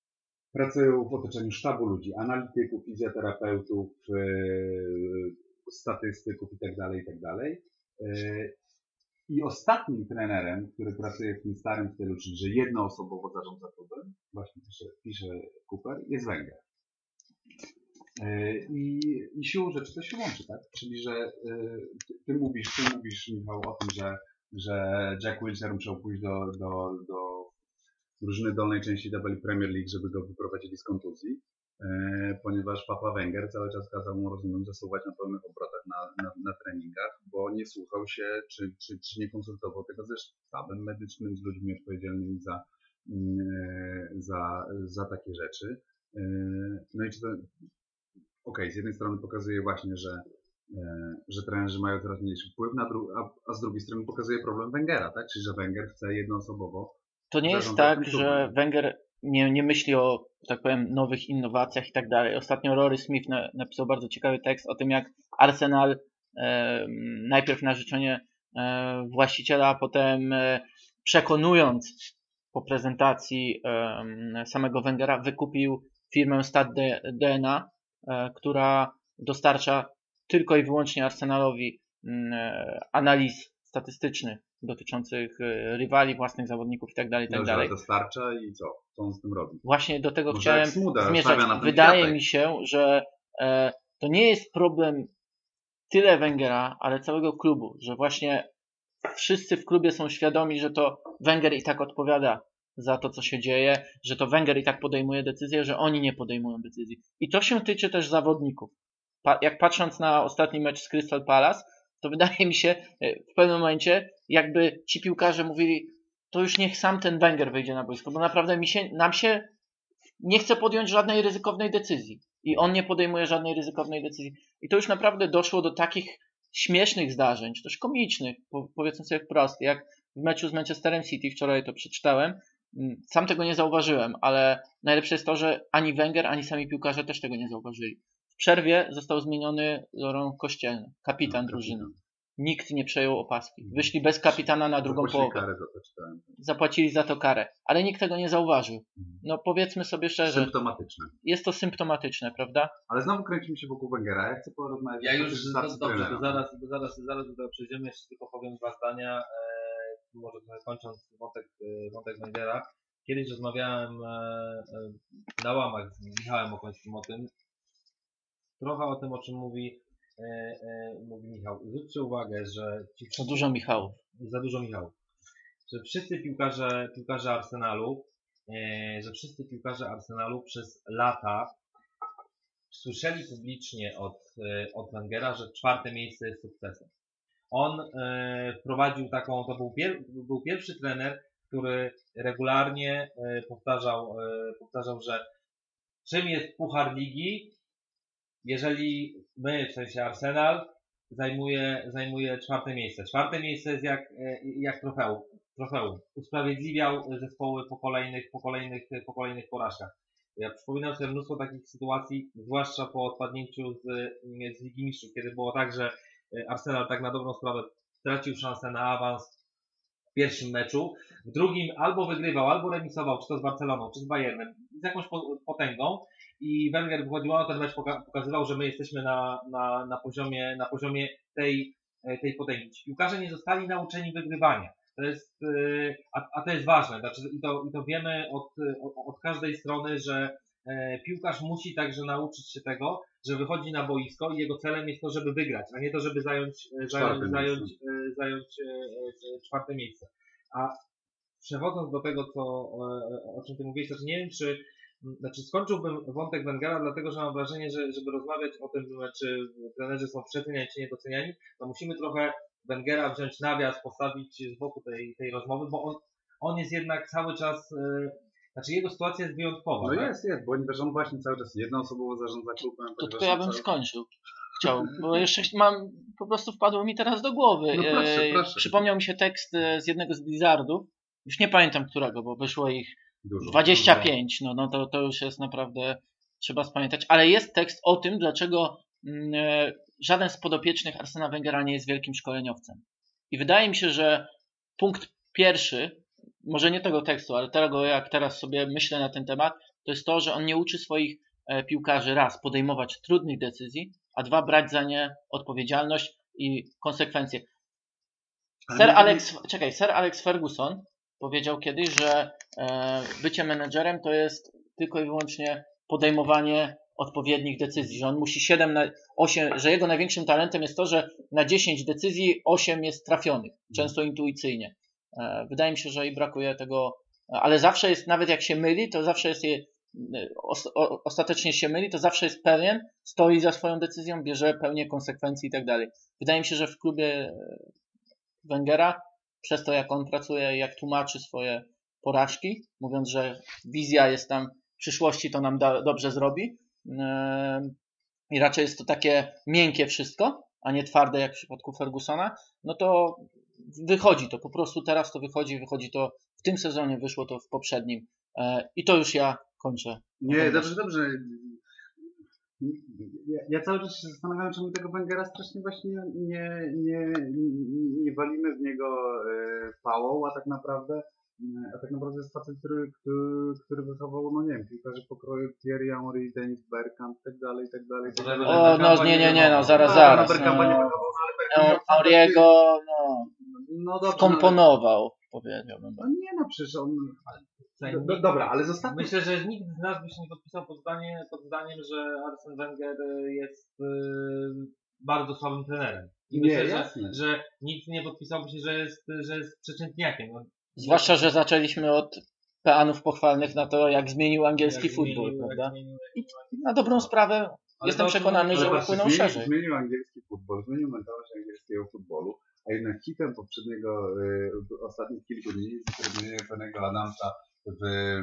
pracują w otoczeniu sztabu ludzi, analityków, fizjoterapeutów, statystyków i tak dalej, i tak dalej. I ostatnim trenerem, który pracuje w tym starym stylu, czyli że jednoosobowo zarządza klubem, właśnie pisze, pisze Cooper, jest Wenger. I, I siłą rzeczy to się łączy, tak? Czyli, że ty, ty mówisz, ty mówisz, Michał, o tym, że, że Jack Wilshere musiał pójść do, do, do drużyny dolnej części tabeli Premier League, żeby go wyprowadzili z kontuzji, ponieważ Papa Wenger cały czas kazał mu, rozumiem, zasuwać na pełnych obrotach na, na, na treningach, bo nie słuchał się, czy, czy, czy nie konsultował tego ze sztabem medycznym, z ludźmi odpowiedzialnymi za, za, za takie rzeczy. No i czy to, okej, okay, z jednej strony pokazuje właśnie, że, że trenerzy mają coraz mniejszy wpływ, na dru- a, a z drugiej strony pokazuje problem Wengera, tak? Czyli że Wenger chce jednoosobowo. To nie jest tak, że Wenger nie, nie myśli o, tak powiem, nowych innowacjach i tak dalej. Ostatnio Rory Smith na, napisał bardzo ciekawy tekst o tym, jak Arsenal e, najpierw na życzenie e, właściciela, a potem e, przekonując po prezentacji e, samego Wengera, wykupił firmę Stat D N A, e, która dostarcza tylko i wyłącznie Arsenalowi e, analiz statystycznych dotyczących rywali, własnych zawodników i tak dalej, i tak dalej. Dostarcza i co? Co on z tym robi? Właśnie do tego Może chciałem Smuda, zmierzać. Wydaje kwiatek. mi się, że e, to nie jest problem tyle Wengera, ale całego klubu, że właśnie wszyscy w klubie są świadomi, że to Wenger i tak odpowiada za to, co się dzieje, że to Wenger i tak podejmuje decyzje, że oni nie podejmują decyzji. I to się tyczy też zawodników. Pa, jak patrząc na ostatni mecz z Crystal Palace, to wydaje mi się w pewnym momencie, jakby ci piłkarze mówili, to już niech sam ten Wenger wyjdzie na boisko, bo naprawdę mi się, nam się nie chce podjąć żadnej ryzykownej decyzji. I on nie podejmuje żadnej ryzykownej decyzji. I to już naprawdę doszło do takich śmiesznych zdarzeń, czy też komicznych, powiedzmy sobie wprost, jak w meczu z Manchesterem City, wczoraj to przeczytałem, sam tego nie zauważyłem, ale najlepsze jest to, że ani Wenger, ani sami piłkarze też tego nie zauważyli. W przerwie został zmieniony Laurent Kościelny, kapitan drużyny. Nikt nie przejął opaski. Wyszli bez kapitana na drugą Zapłacili połowę. Karę za to, czytałem. Zapłacili za to karę, ale nikt tego nie zauważył. No powiedzmy sobie szczerze. Symptomatyczne. Jest to symptomatyczne, prawda? Ale znowu kręcimy się wokół Wengera. Ja chcę porozmawiać. Ja już, to, dobrze, to zaraz, to zaraz, zaraz do tego przejdziemy. Jeszcze tylko powiem dwa zdania. E, może kończąc wątek, wątek Wengera. Kiedyś rozmawiałem e, e, na łamach z Michałem Okońskim o tym. Trochę o tym, o czym mówi E, e, mówi Michał. Zwróćcie uwagę, że ci za dużo Michałów. Za dużo Michałów. Że wszyscy piłkarze, piłkarze Arsenalu, e, że wszyscy piłkarze Arsenalu przez lata słyszeli publicznie od, e, od Wengera, że czwarte miejsce jest sukcesem. On e, wprowadził taką, to był, pier, był pierwszy trener, który regularnie e, powtarzał, e, powtarzał, że czym jest Puchar Ligi, jeżeli my, w sensie Arsenal, zajmuje, zajmuje czwarte miejsce. Czwarte miejsce jest jak, jak trofeum. trofeum. Usprawiedliwiał zespoły po kolejnych, po kolejnych, po kolejnych porażkach. Ja przypominam sobie mnóstwo takich sytuacji, zwłaszcza po odpadnięciu z, z Ligi Mistrzów, kiedy było tak, że Arsenal tak na dobrą sprawę tracił szansę na awans w pierwszym meczu, w drugim albo wygrywał, albo remisował, czy to z Barceloną, czy z Bayernem, z jakąś potęgą. I Wenger wychodził na ten mecz, pokazywał, że my jesteśmy na, na, na poziomie, na poziomie tej, tej potęgi. Piłkarze nie zostali nauczeni wygrywania. To jest, a, a to jest ważne. Znaczy, i, to, I to wiemy od, od każdej strony, że piłkarz musi także nauczyć się tego, że wychodzi na boisko i jego celem jest to, żeby wygrać, a nie to, żeby zająć, zająć, zająć, zająć czwarte miejsce. A przechodząc do tego, co, o czym ty mówiłeś, to nie wiem, czy Znaczy skończyłbym wątek Wengera, dlatego że mam wrażenie, że żeby rozmawiać o tym, czy trenerzy są przeceniani, czy niedoceniani, to musimy trochę Wengera wziąć nawias, postawić z boku tej, tej rozmowy, bo on, on jest jednak cały czas, yy, znaczy jego sytuacja jest wyjątkowa. No tak? jest, jest, bo on właśnie cały czas jednoosobowo zarządza klubem. To tylko ja bym cały... skończył. Chciał, bo jeszcze mam, po prostu wpadło mi teraz do głowy. No proszę, proszę. Przypomniał mi się tekst z jednego z Blizzardów, już nie pamiętam którego, bo wyszło ich Dużo, dwadzieścia pięć, no, no to, to już jest naprawdę, trzeba spamiętać, ale jest tekst o tym, dlaczego mm, żaden z podopiecznych Arsena Wengera nie jest wielkim szkoleniowcem. I wydaje mi się, że punkt pierwszy, może nie tego tekstu, ale tego, jak teraz sobie myślę na ten temat, to jest to, że on nie uczy swoich e, piłkarzy raz podejmować trudnych decyzji, a dwa, brać za nie odpowiedzialność i konsekwencje. Ale Sir nie- Alex, czekaj, Sir Alex Ferguson powiedział kiedyś, że e, bycie menedżerem to jest tylko i wyłącznie podejmowanie odpowiednich decyzji, że on musi siedem na osiem, że jego największym talentem jest to, że na dziesięć decyzji osiem jest trafionych, często intuicyjnie. E, wydaje mi się, że i brakuje tego, ale zawsze jest, nawet jak się myli, to zawsze jest je, os, o, ostatecznie się myli, to zawsze jest pewien, stoi za swoją decyzją, bierze pełnię konsekwencji i tak dalej. Wydaje mi się, że w klubie Wengera, przez to jak on pracuje, jak tłumaczy swoje porażki, mówiąc, że wizja jest tam w przyszłości, to nam da, dobrze zrobi. Yy, I raczej jest to takie miękkie wszystko, a nie twarde jak w przypadku Fergusona, no to wychodzi to, po prostu teraz to wychodzi, wychodzi to w tym sezonie, wyszło to w poprzednim. Yy, I to już ja kończę. Nie, dobrze, dobrze. Ja, ja cały czas się zastanawiam, czy my tego Wengera strasznie właśnie nie, nie, nie, nie walimy w niego e, pałą, a tak naprawdę a tak naprawdę jest facet, który, który, który wychował, no nie wiem, piłkarzy pokroju Thierry Henry, Dennis Bergkamp, tak dalej, tak dalej. Tak dalej. O, no nie, nie, nie, no zaraz, No, zaraz. no, Bergkampa No, nie wychował, no, ale Bergkamp miał Henry'ego, no, no dobrze, skomponował, powiedziałbym. no, nie no, przecież on... Słuchaj, Do, do, nikt- dobra, ale zostawmy... Myślę, że nikt z nas by się nie podpisał pod, zdanie, pod zdaniem, że Arsene Wenger jest y, bardzo słabym trenerem. I Nie, myślę, że, jasne. że nikt nie podpisałby się, że jest, że jest przeciętniakiem. No, Zwłaszcza, że zaczęliśmy od peanów pochwalnych na to, jak zmienił angielski jak futbol, zmienił- jak prawda? zmienił- I na dobrą sprawę Ale jestem to- przekonany, ale że Ale upłynął patrzcie, szerzej. zmienił, zmienił angielski futbol, zmienił mentalność angielskiego futbolu, a jednak hitem poprzedniego, y, ostatnich kilku dni jest zatrudnienie pewnego Adamsa w,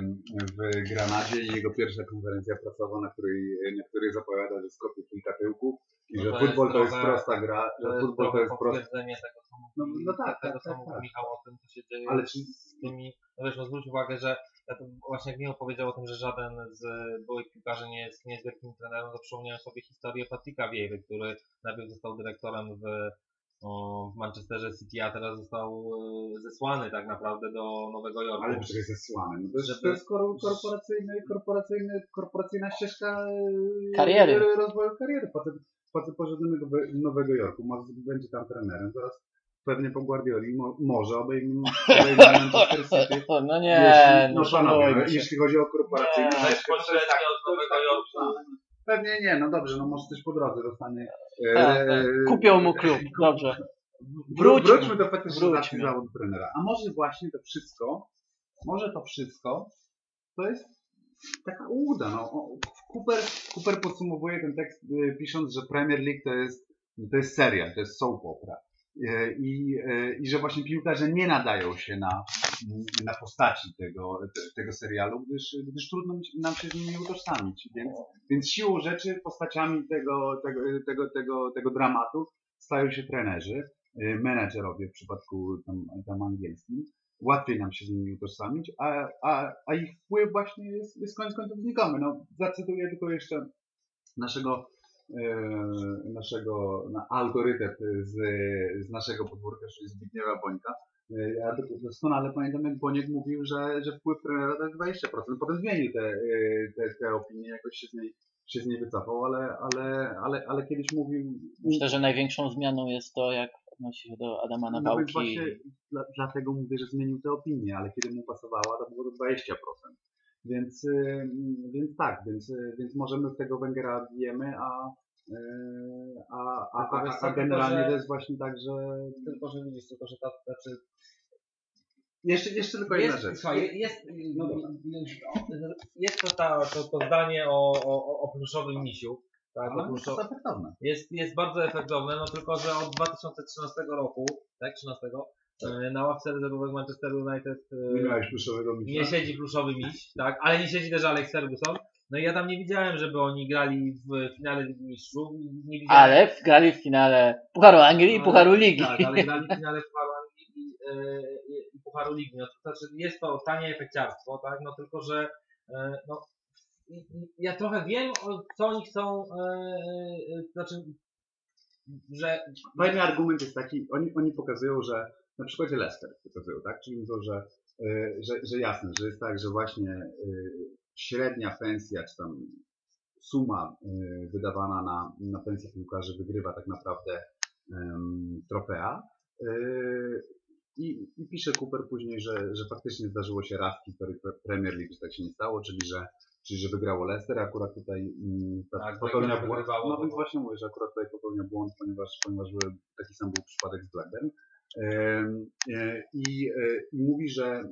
w Granadzie i jego pierwsza konferencja prasowa, na której, na której zapowiada, że skopie kilka tyłków i No że to futbol jest to jest trochę- prosta gra, To że jest futbol to trochę jest prosta... potwierdzenie tego, co mówi, No, no tak, tego, tak, co tak, mówi tak. Michał o tym, co się dzieje Ale czy... z tymi, no wiesz, no zwróć uwagę, że ja to właśnie jak Michał powiedział o tym, że żaden z byłych piłkarzy nie jest, nie jest wielkim trenerem, to przypomniałem sobie historię Patricka Vieira, który najpierw został dyrektorem w, o, w Manchesterze City, a teraz został e, zesłany tak naprawdę do Nowego Jorku. Ale przecież zesłany. No to jest, Żeby- to jest kor- korporacyjny, korporacyjny, korporacyjna ścieżka e, Kariery. rozwoju kariery. Facet, facet poszedł do Nowego, Nowego Jorku, może będzie tam trenerem. Zaraz pewnie po Guardioli mo, może obejmie obejmie Manchester City. No nie, Jeśli, no no panowie, szanujmy no, się. jeśli chodzi o korporacyjne Nie. ścieżkę, to to jest tak, Bezpośrednio z to jest Nowego tak, Jorku. Pewnie nie, no dobrze, no może coś po drodze dostanie. e, Tak, tak. Kupią mu klub, dobrze. Wróćmy, Wróćmy. wróćmy do fetyszyzacji Wróćmy. zawodu trenera. A może właśnie to wszystko, może to wszystko, to jest taka ułuda. No. O, Cooper, Cooper podsumowuje ten tekst y, pisząc, że Premier League to jest, to jest serial, to jest soap opera. Y, I, y, I że właśnie piłkarze nie nadają się na, na postaci tego, te, tego serialu, gdyż, gdyż trudno nam się z nimi utożsamić. Więc, więc siłą rzeczy postaciami tego, tego, tego, tego, tego dramatu stają się trenerzy, y, menedżerowie w przypadku tam, tam angielskim. Łatwiej nam się z nimi utożsamić, a, a, a ich wpływ właśnie jest, jest koniec końców znikomy. No, zacytuję tylko jeszcze naszego, e, naszego na autorytet z, z naszego podwórka, czyli Zbigniewa Bońka. E, Ja doskonale pamiętam, jak Boniek mówił, że, że wpływ trenera to jest dwadzieścia procent. Potem zmienił te, e, te, te opinie, jakoś się z niej, się z niej wycofał, ale, ale, ale, ale kiedyś mówił... Myślę, że największą zmianą jest to, jak odnosi się do Adama No więc Nawałki. właśnie dla, dlatego mówię, że zmienił tę opinię, ale kiedy mu pasowała, to było to dwadzieścia procent. Więc, yy, więc tak, więc, yy, więc możemy w tego Wengera bijemy, a, yy, a, a, Tylko a, wiesz a, co, a generalnie tylko, że- to jest właśnie tak, że... Tylko, że widzisz, tylko, że ta, znaczy, Jeszcze, jeszcze tylko jedna jest, rzecz. słuchaj, jest, no, jest to ta, to, to zdanie o, o, o pluszowym misiu. Tak, o Ale to pluszo- jest efektowne. jest, jest bardzo efektowne, no tylko, że od dwa tysiące trzynastego roku, tak, trzynastego, e, na ławce rezerwowych Manchester United e, Nie miałeś pluszowego misia? nie siedzi pluszowy miś, tak, ale nie siedzi też Alex Ferguson. No i ja tam nie widziałem, żeby oni grali w finale Ligi Mistrzów. Nie widziałem, Ale grali w finale Pucharu Anglii i Ale- Pucharu Ligi. Tak, ale grali w finale Pucharu Anglii i, e, i, i Pucharu Ligi. No, to znaczy jest to tanie efekciarstwo, tak, no tylko, że e, no, i- i ja trochę wiem, o, co oni chcą, e, e, znaczy, że Fajny argument jest taki, oni, oni pokazują, że na przykładzie Leicester pokazują, tak? Czyli mówią, że, y, że, że jasne, że jest tak, że właśnie y, średnia pensja, czy tam suma y, wydawana na, na pensję piłkarzy wygrywa tak naprawdę um, trofea. Y, i, I pisze Cooper później, że, że faktycznie zdarzyło się raz w historii Premier League, że tak się nie stało, czyli że, czyli że wygrało Leicester. Akurat tutaj um, Tak, popełnia tak, błąd. wygrywało, No to więc było. właśnie mówię, że akurat tutaj popełnia błąd, ponieważ, ponieważ taki sam był przypadek z Blackburn. I, I mówi, że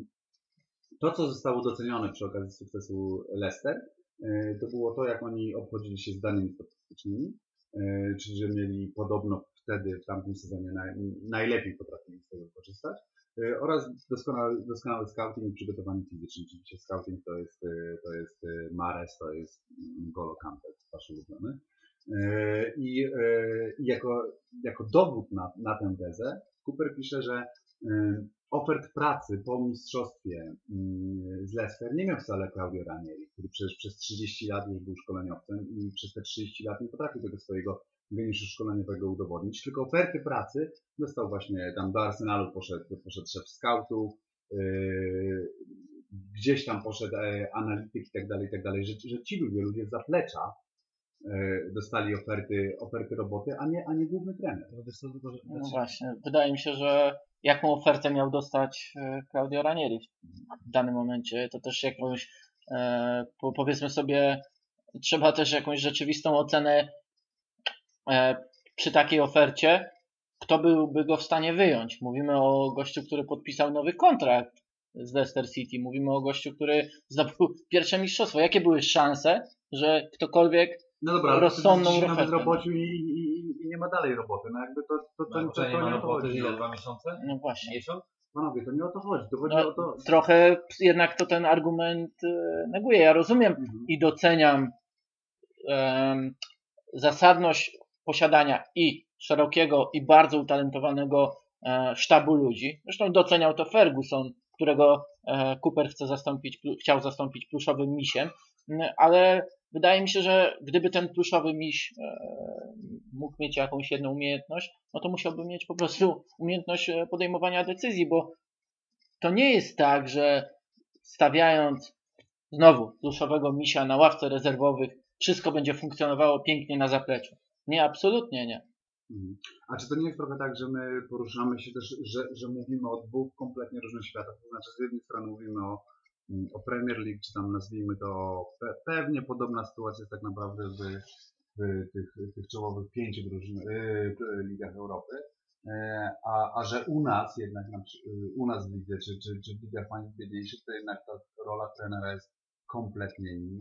to, co zostało docenione przy okazji sukcesu Leicester, to było to, jak oni obchodzili się z danymi statystycznymi, czyli że mieli podobno wtedy, w tamtym sezonie naj, najlepiej potrafili z tego korzystać, oraz doskonały, doskonały scouting i przygotowanie fizyczne. Oczywiście scouting to jest, to jest Mahrez, to jest N'Golo Kanté, wasz ulubiony. I, i jako, jako dowód na, na tę tezę Cooper pisze, że ofert pracy po mistrzostwie z Leicester nie miał wcale Claudio Ranieri, który przecież przez trzydzieści lat już był szkoleniowcem i przez te trzydzieści lat nie potrafił tego swojego geniuszu szkoleniowego udowodnić, tylko oferty pracy dostał właśnie tam do Arsenalu poszedł, poszedł szef scoutów, yy, gdzieś tam poszedł e, analityk i tak dalej, i tak dalej, że, że ci ludzie, ludzie z zaplecza e, dostali oferty, oferty roboty, a nie, a nie główny trener. No, wiesz co, tylko, że... No właśnie, wydaje mi się, że jaką ofertę miał dostać Claudio Ranieri w danym momencie, to też jakąś, e, powiedzmy sobie, trzeba też jakąś rzeczywistą ocenę e, przy takiej ofercie, kto byłby go w stanie wyjąć. Mówimy o gościu, który podpisał nowy kontrakt z Leicester City, mówimy o gościu, który zdobył pierwsze mistrzostwo. Jakie były szanse, że ktokolwiek no dobra, rozsądną ale na ofertę bezrobociu i, i, i nie ma dalej roboty. No jakby to, to, to, No, to, to nie ma nie o to roboty, chodzi. ile? Dwa miesiące? No właśnie. Miesiąc? Panowie, to nie o to chodzi. To chodzi No, o to... trochę jednak to ten argument e, neguje. Ja rozumiem Mhm. i doceniam um, zasadność posiadania i szerokiego i bardzo utalentowanego e, sztabu ludzi. Zresztą doceniał to Ferguson, którego e, Cooper chce zastąpić, chciał zastąpić pluszowym misiem, ale wydaje mi się, że gdyby ten pluszowy miś e, mógł mieć jakąś jedną umiejętność, no to musiałby mieć po prostu umiejętność podejmowania decyzji, bo to nie jest tak, że stawiając znowu pluszowego misia na ławce rezerwowych wszystko będzie funkcjonowało pięknie na zapleczu. Nie, absolutnie nie. Mhm. A czy to nie jest trochę tak, że my poruszamy się też, że, że mówimy o dwóch kompletnie różnych światach? To znaczy z jednej strony mówimy o, o Premier League, czy tam nazwijmy to pe, pewnie podobna sytuacja jest tak naprawdę w, w tych, tych czołowych pięciu drużyn, yy, ligach Europy. A, a że u nas jednak, u nas w lidze, czy, czy, czy w ligach państw biedniejszych, to jednak ta rola trenera jest kompletnie inna?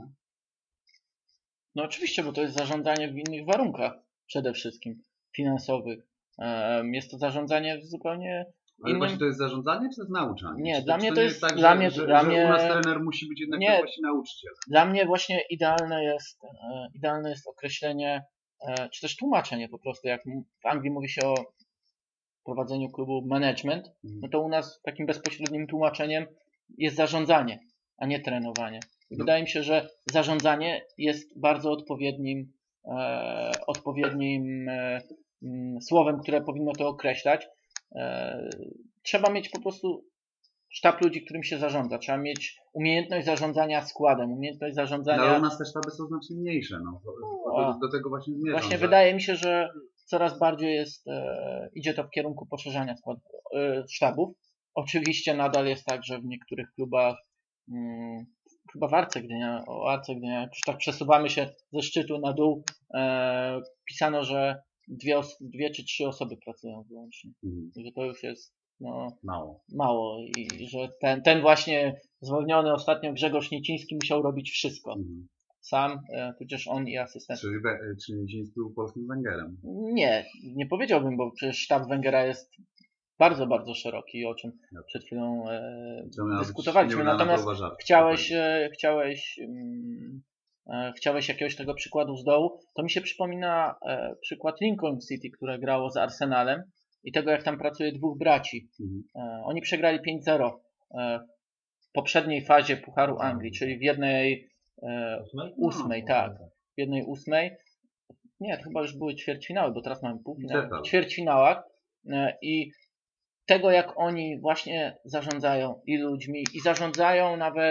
No oczywiście, bo to jest zarządzanie w innych warunkach przede wszystkim finansowych. Jest to zarządzanie w zupełnie Ale innym... właśnie to jest zarządzanie, czy to jest nauczanie? Nie, czy dla to, mnie czy to nie jest... tak, dla że, mnie, że, dla że mnie... u nas trener musi być jednak nie, właśnie nauczycielem? Dla mnie właśnie idealne jest, idealne jest określenie, czy też tłumaczenie po prostu, jak w Anglii mówi się o prowadzeniu klubu management, no to u nas takim bezpośrednim tłumaczeniem jest zarządzanie, a nie trenowanie. I No. wydaje mi się, że zarządzanie jest bardzo odpowiednim, e, odpowiednim e, m, słowem, które powinno to określać. E, trzeba mieć po prostu sztab ludzi, którym się zarządza. Trzeba mieć umiejętność zarządzania składem, umiejętność zarządzania... No, ale u nas te sztaby są znacznie mniejsze. No. Do, do tego właśnie zmierzam. Właśnie że... wydaje mi się, że coraz bardziej jest, e, idzie to w kierunku poszerzania skład, e, sztabów. Oczywiście nadal jest tak, że w niektórych klubach, mm, chyba w Arce Gdynia, o Arce Gdynia, jak już tak przesuwamy się ze szczytu na dół, e, pisano, że dwie, os- dwie czy trzy osoby pracują wyłącznie. Mhm. I że to już jest no, Mało. mało i że ten, ten właśnie zwolniony ostatnio Grzegorz Nieciński musiał robić wszystko. Mhm. Sam, e, tudzież on i asystent. Czyli, we, czyli Nieciński był polskim Węgerem. Nie, nie powiedziałbym, bo przecież sztab Węgera jest bardzo, bardzo szeroki, o czym No. przed chwilą e, To miała być dyskutowaliśmy. nieudana Natomiast próba żartu. chciałeś, e, chciałeś, mm, e, chciałeś jakiegoś tego przykładu z dołu, to mi się przypomina e, przykład Lincoln City, które grało z Arsenalem i tego, jak tam pracuje dwóch braci. Mhm. E, oni przegrali pięć zero e, w poprzedniej fazie Pucharu Anglii, czyli w jednej e, Ósmej? ósmej, No, tak. W jednej ósmej. Nie, to chyba już były ćwierćfinały, bo teraz mamy półfinały. Zetal. W ćwierćfinałach e, i tego, jak oni właśnie zarządzają i ludźmi, i zarządzają nawet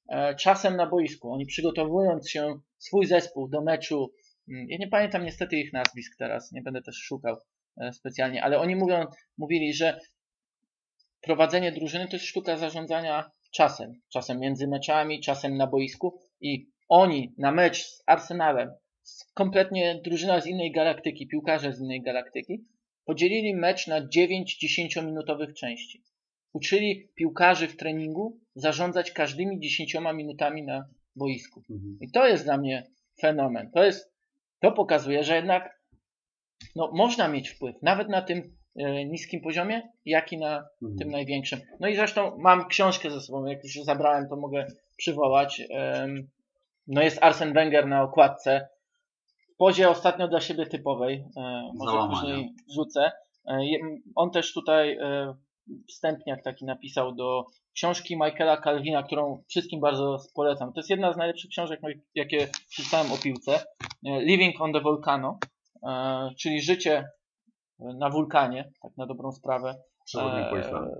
czasem na boisku. Oni przygotowując się, swój zespół do meczu, ja nie pamiętam niestety ich nazwisk teraz, nie będę też szukał specjalnie, ale oni mówią, mówili, że prowadzenie drużyny to jest sztuka zarządzania czasem. Czasem między meczami, czasem na boisku i oni na mecz z Arsenalem, kompletnie drużyna z innej galaktyki, piłkarze z innej galaktyki, podzielili mecz na dziewięć dziesięciominutowych części. Uczyli piłkarzy w treningu zarządzać każdymi dziesięcioma minutami na boisku. Mhm. I to jest dla mnie fenomen. To jest, to pokazuje, że jednak no, można mieć wpływ nawet na tym e, niskim poziomie, jak i na Mhm. tym największym. No i zresztą mam książkę ze sobą, jak już zabrałem, to mogę przywołać. Ehm, no jest Arsene Wenger na okładce. W pozie ostatnio dla siebie typowej. E, może Załamania. później wrzucę. E, je- on też tutaj e, wstępniak taki napisał do książki Michaela Calvina, którą wszystkim bardzo polecam. To jest jedna z najlepszych książek, jakie przeczytałem o piłce. E, Living on the Volcano, e, czyli życie na wulkanie, tak na dobrą sprawę. Przewodnik po E, Islandii.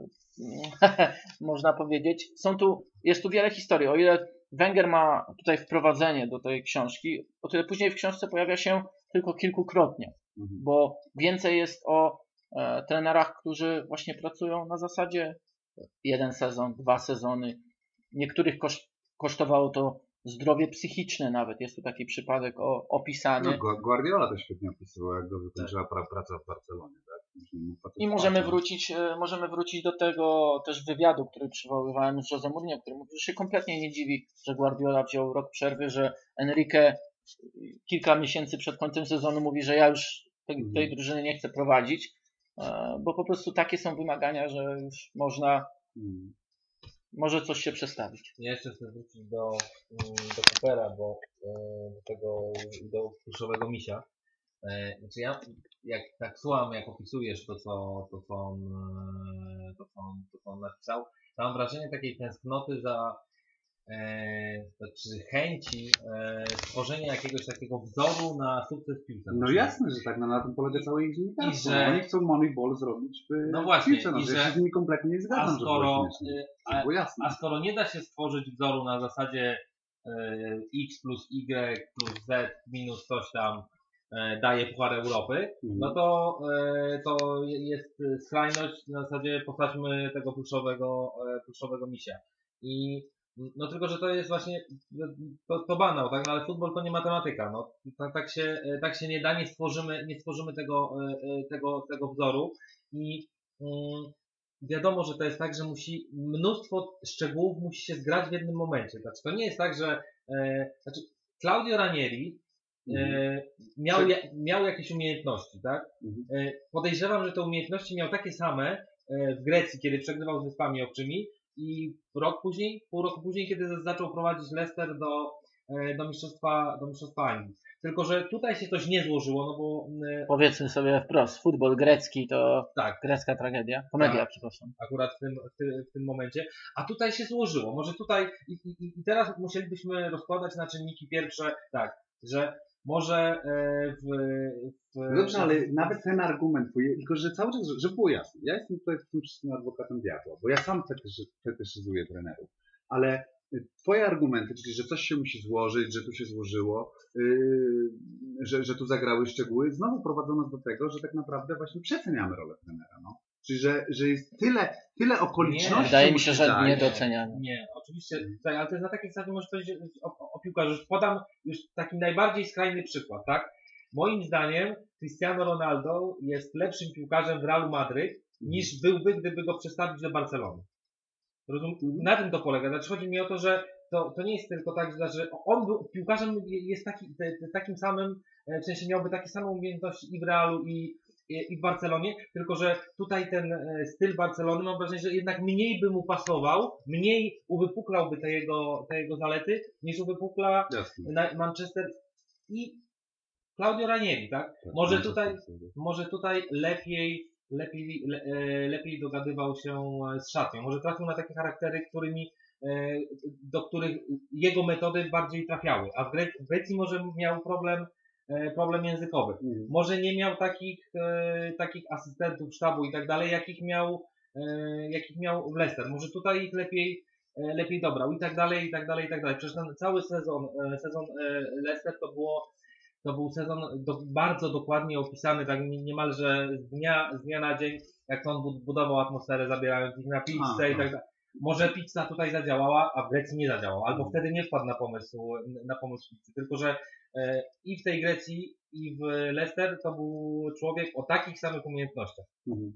Można powiedzieć. Są tu, jest tu wiele historii. O ile Wenger ma tutaj wprowadzenie do tej książki, o tyle później w książce pojawia się tylko kilkukrotnie, Mhm. bo więcej jest o e, trenerach, którzy właśnie pracują na zasadzie jeden sezon, dwa sezony. Niektórych kosz, kosztowało to zdrowie psychiczne nawet. Jest tu taki przypadek o, opisany. No, Gu- Guardiola też świetnie opisywał, jak go wykończyła pra- praca w Barcelonie. Tak? Później mu facet I możemy płacił. wrócić, e, możemy wrócić do tego też wywiadu, który przywoływałem z Jose Mourinho, który mówił, że się kompletnie nie dziwi, że Guardiola wziął rok przerwy, że Enrique kilka miesięcy przed końcem sezonu mówi, że ja już tej, Mhm. tej drużyny nie chcę prowadzić, e, bo po prostu takie są wymagania, że już można, Mhm. może coś się przestawić. Ja jeszcze chcę wrócić do, mm, do Coopera, bo e, do tego do pluszowego misia. E, Znaczy ja, jak tak słucham, jak opisujesz to, co, to, co, on, e, to, co, on, to, co on napisał, to mam wrażenie takiej tęsknoty za, e, czy chęci e, stworzenia jakiegoś takiego wzoru na sukces w piłce. No jasne, że tak, no na tym polega całe ich dziennikarstwo. I że- Oni chcą Moneyball zrobić w No właśnie, piłce. No, i że ja że- się z nimi kompletnie nie A zgadzam, że skoro, było śmieszne. e, To a, było jasne. a skoro nie da się stworzyć wzoru na zasadzie e, x plus y plus z minus coś tam e, daje Puchar Europy, Mhm. no to, e, to jest skrajność na zasadzie postaćmy tego pluszowego, e, pluszowego misia. I no tylko, że to jest właśnie to, to banał, tak? No, ale futbol to nie matematyka. No, tak, tak, się, e, tak się nie da, nie stworzymy, nie stworzymy tego, e, e, tego, tego wzoru i mm, wiadomo, że to jest tak, że musi mnóstwo szczegółów musi się zgrać w jednym momencie. Znaczy, to nie jest tak, że e, znaczy Claudio Ranieri e, miał, ja, miał jakieś umiejętności, tak? Mhm. E, podejrzewam, że te umiejętności miał takie same e, w Grecji, kiedy przegrywał z Wyspami Owczymi i rok później, pół roku później, kiedy zaczął prowadzić Leicester do, e, do mistrzostwa, do mistrzostwa Anglii. Tylko, że tutaj się coś nie złożyło, no bo e, Powiedzmy sobie wprost, futbol grecki to tak, grecka tragedia, komedia, Tak. przepraszam. akurat w tym, w, tym, w tym momencie, a tutaj się złożyło. Może tutaj i, i, i teraz musielibyśmy rozkładać na czynniki pierwsze, tak, że może e, w, w Dobrze, ale nawet ten argument, twój, tylko że cały czas, żeby było jasne, ja jestem tutaj w tym wszystkim adwokatem diabła, bo ja sam fetyszy, fetyszyzuję trenerów, ale twoje argumenty, czyli że coś się musi złożyć, że tu się złożyło, yy, że, że tu zagrały szczegóły, znowu prowadzą nas do tego, że tak naprawdę właśnie przeceniamy rolę trenera, no. Czyli, że, że jest tyle, tyle okoliczności. Wydaje mi się, że tak, nie doceniamy. Nie, oczywiście, tak, ale to jest na takiej zasadzie, możesz powiedzieć o, o, o piłkarzu. Podam już taki najbardziej skrajny przykład, tak? Moim zdaniem Cristiano Ronaldo jest lepszym piłkarzem w Realu Madryt niż byłby, gdyby go przestawić do Barcelony. Rozum? Na tym to polega. Znaczy chodzi mi o to, że to, to nie jest tylko tak, że że on był piłkarzem jest taki, te, te, takim samym, w sensie miałby takie same umiejętności i w Realu i, i, i w Barcelonie, tylko że tutaj ten e, styl Barcelony mam wrażenie, że jednak mniej by mu pasował, mniej uwypuklałby te jego, te jego zalety, niż uwypukla Jasne. na Manchester i Claudio Ranieri, tak? Tak, Może tak, tutaj, tak, tak. może tutaj lepiej, lepiej, le, e, lepiej dogadywał się z szatnią. Może trafił na takie charaktery, którymi, e, do których jego metody bardziej trafiały. A w, Gre w Grecji może miał problem, e, problem językowy. Mhm. Może nie miał takich, e, takich asystentów sztabu i tak dalej, jakich miał, e, jakich miał w Leicester. Może tutaj ich lepiej, lepiej dobrał i tak dalej, i tak dalej, i tak dalej. Przecież ten cały sezon, sezon Leicester to było, to był sezon do, bardzo dokładnie opisany, tak niemalże z dnia, z dnia na dzień, jak to on budował atmosferę, zabierając ich na pizzę i tak dalej. Może pizza tutaj zadziałała, a w Grecji nie zadziałała, albo wtedy nie wpadł na pomysł, na pomysł pizzy, tylko że e, i w tej Grecji, i w Leicester to był człowiek o takich samych umiejętnościach. Mhm.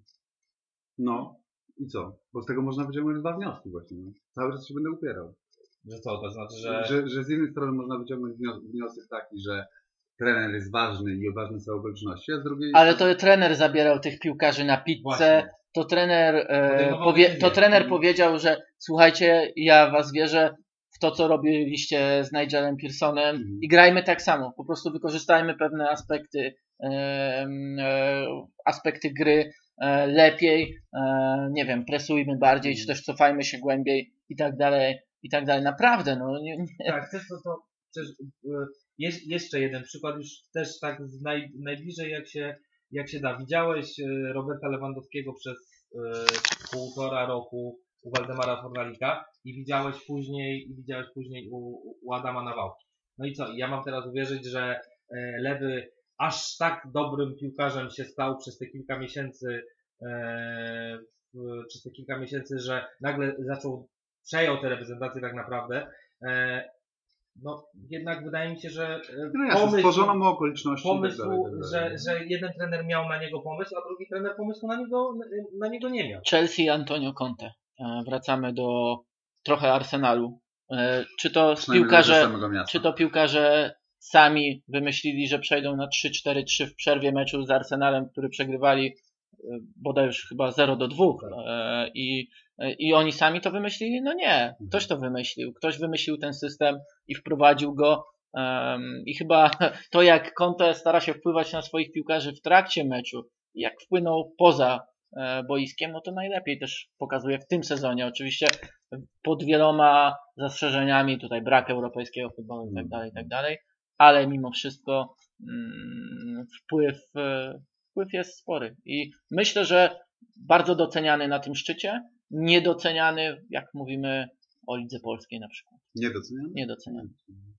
No i co? Bo z tego można wyciągnąć dwa wnioski właśnie. No. Cały czas się będę upierał. Że co, to znaczy, że... Że, że z jednej strony można wyciągnąć wniosek taki, że trener jest ważny i ważne są okoliczności, a z drugiej... Ale to trener zabierał tych piłkarzy na pizzę. Właśnie. To trener, e, powie, to trener powiedział, że słuchajcie, ja was wierzę w to, co robiliście z Nigelem Pearsonem Mhm. i grajmy tak samo. Po prostu wykorzystajmy pewne aspekty, e, e, aspekty gry e, lepiej, e, nie wiem, presujmy bardziej, Mhm. czy też cofajmy się głębiej i tak dalej, i tak dalej. Naprawdę, no. Nie, nie. Tak, też to, to przecież, e, jeż- jeszcze jeden przykład już też tak z naj, najbliżej jak się, jak się da. Widziałeś e, Roberta Lewandowskiego przez e, półtora roku u Waldemara Fornalika i widziałeś później, i widziałeś później u, u Adama Nawałki. No i co? I ja mam teraz uwierzyć, że e, Lewy aż tak dobrym piłkarzem się stał przez te kilka miesięcy, e, w, przez te kilka miesięcy, że nagle zaczął, przejął tę reprezentację tak naprawdę. E, no jednak wydaje mi się, że e, No jasne, pomysł, stworzono mu okoliczności. pomysł i tak dalej, i tak dalej. że, że jeden trener miał na niego pomysł, a drugi trener pomysłu na niego, na niego nie miał. Chelsea, Antonio Conte. E, Wracamy do trochę Arsenalu. E, Czy to z Przynajmniej do piłkarze, samego miasta. czy to piłkarze sami wymyślili, że przejdą na trzy cztery trzy w przerwie meczu z Arsenalem, który przegrywali e, bodaj już chyba zero do dwóch e, i, e, i oni sami to wymyślili? No nie, ktoś to wymyślił. Ktoś wymyślił ten system i wprowadził go. Um, I chyba to, jak Conte stara się wpływać na swoich piłkarzy w trakcie meczu, jak wpłynął poza e, boiskiem, no to najlepiej też pokazuje w tym sezonie. Oczywiście pod wieloma zastrzeżeniami, tutaj brak europejskiego futbolu i tak dalej, i tak dalej, ale mimo wszystko mm, wpływ, e, wpływ jest spory. I myślę, że bardzo doceniany na tym szczycie, niedoceniany, jak mówimy o Lidze Polskiej na przykład. Niedoceniany? Niedoceniany.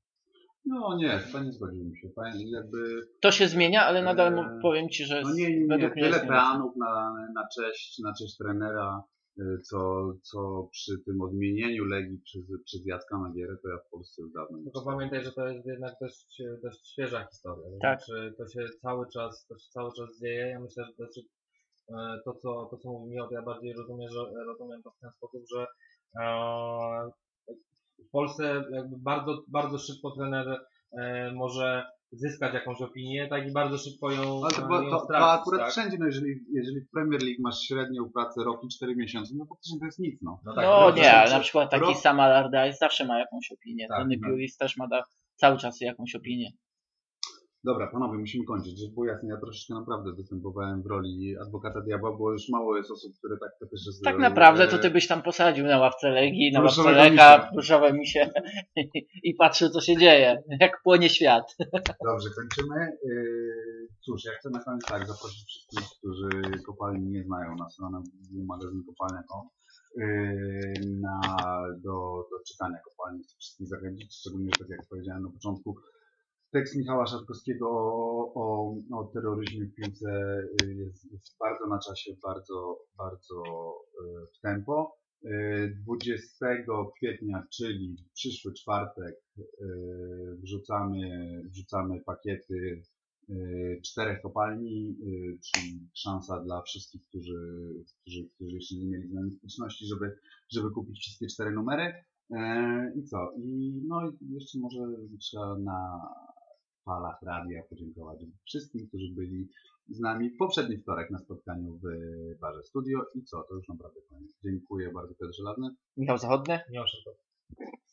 No nie, chyba nie zgodziłbym się. Fajnie, jakby... To się zmienia, ale nadal Eee, mu- powiem Ci, że No nie, nie, nie. według mnie Tyle jest niedoceniany. peanów na, na cześć, na cześć trenera, y, co, co przy tym odmienieniu Legii przez, przez Jacka Magierę, to ja w Polsce już dawno nie Tylko czytałem. pamiętaj, że to jest jednak dość, dość świeża historia. To Tak. znaczy, to się cały czas, to się cały czas dzieje. Ja myślę, że to, znaczy, e, to co, to co mówi Michał, to ja bardziej rozumiem, że rozumiem to w ten sposób, że e, w Polsce jakby bardzo, bardzo szybko trener e, może zyskać jakąś opinię, tak i bardzo szybko ją, Ale to, ją bo, to, to stracić, akurat tak? wszędzie, no jeżeli, jeżeli w Premier League masz średnią pracę rok i cztery miesiące, no faktycznie to jest nic, no. No tak, No rok- nie, ale że- na przykład taki rok- Sam Allardyce zawsze ma jakąś opinię. Tak, Tony no. Pulis też ma da, cały czas jakąś opinię. Dobra, panowie, musimy kończyć. Żeby było jasne, ja troszeczkę naprawdę występowałem w roli adwokata diabła, bo już mało jest osób, które tak to też jest... Tak e, naprawdę to Ty byś tam posadził na ławce Legii, na ławce Pluszowego Leka, misia. pluszowe misie i patrzy, co się dzieje, jak płonie świat. Dobrze, kończymy. Yy, Cóż, ja chcę na koniec tak zaprosić wszystkich, którzy kopalni nie znają, na stronę magazyn kopalnia kropka com yy, na, do, do czytania kopalni. Chcę wszystkich zachęcić, szczególnie, tak jak powiedziałem na początku, tekst Michała Szatkowskiego o, o, o terroryzmie w piłce jest, jest bardzo na czasie, bardzo, bardzo yy, w tempo. dwudziestego kwietnia, czyli przyszły czwartek, yy, wrzucamy, wrzucamy pakiety yy, czterech kopalni, yy, czyli szansa dla wszystkich, którzy, którzy, którzy jeszcze nie mieli z nami styczności, żeby, żeby kupić wszystkie cztery numery. Yy, I co? I no i jeszcze może trzeba na falach radia podziękować wszystkim, którzy byli z nami w poprzedni wtorek na spotkaniu w Barze Studio. I co? To już naprawdę koniec. Dziękuję bardzo, Piotr Żelazny. Michał Zachodny? Nie oszukam.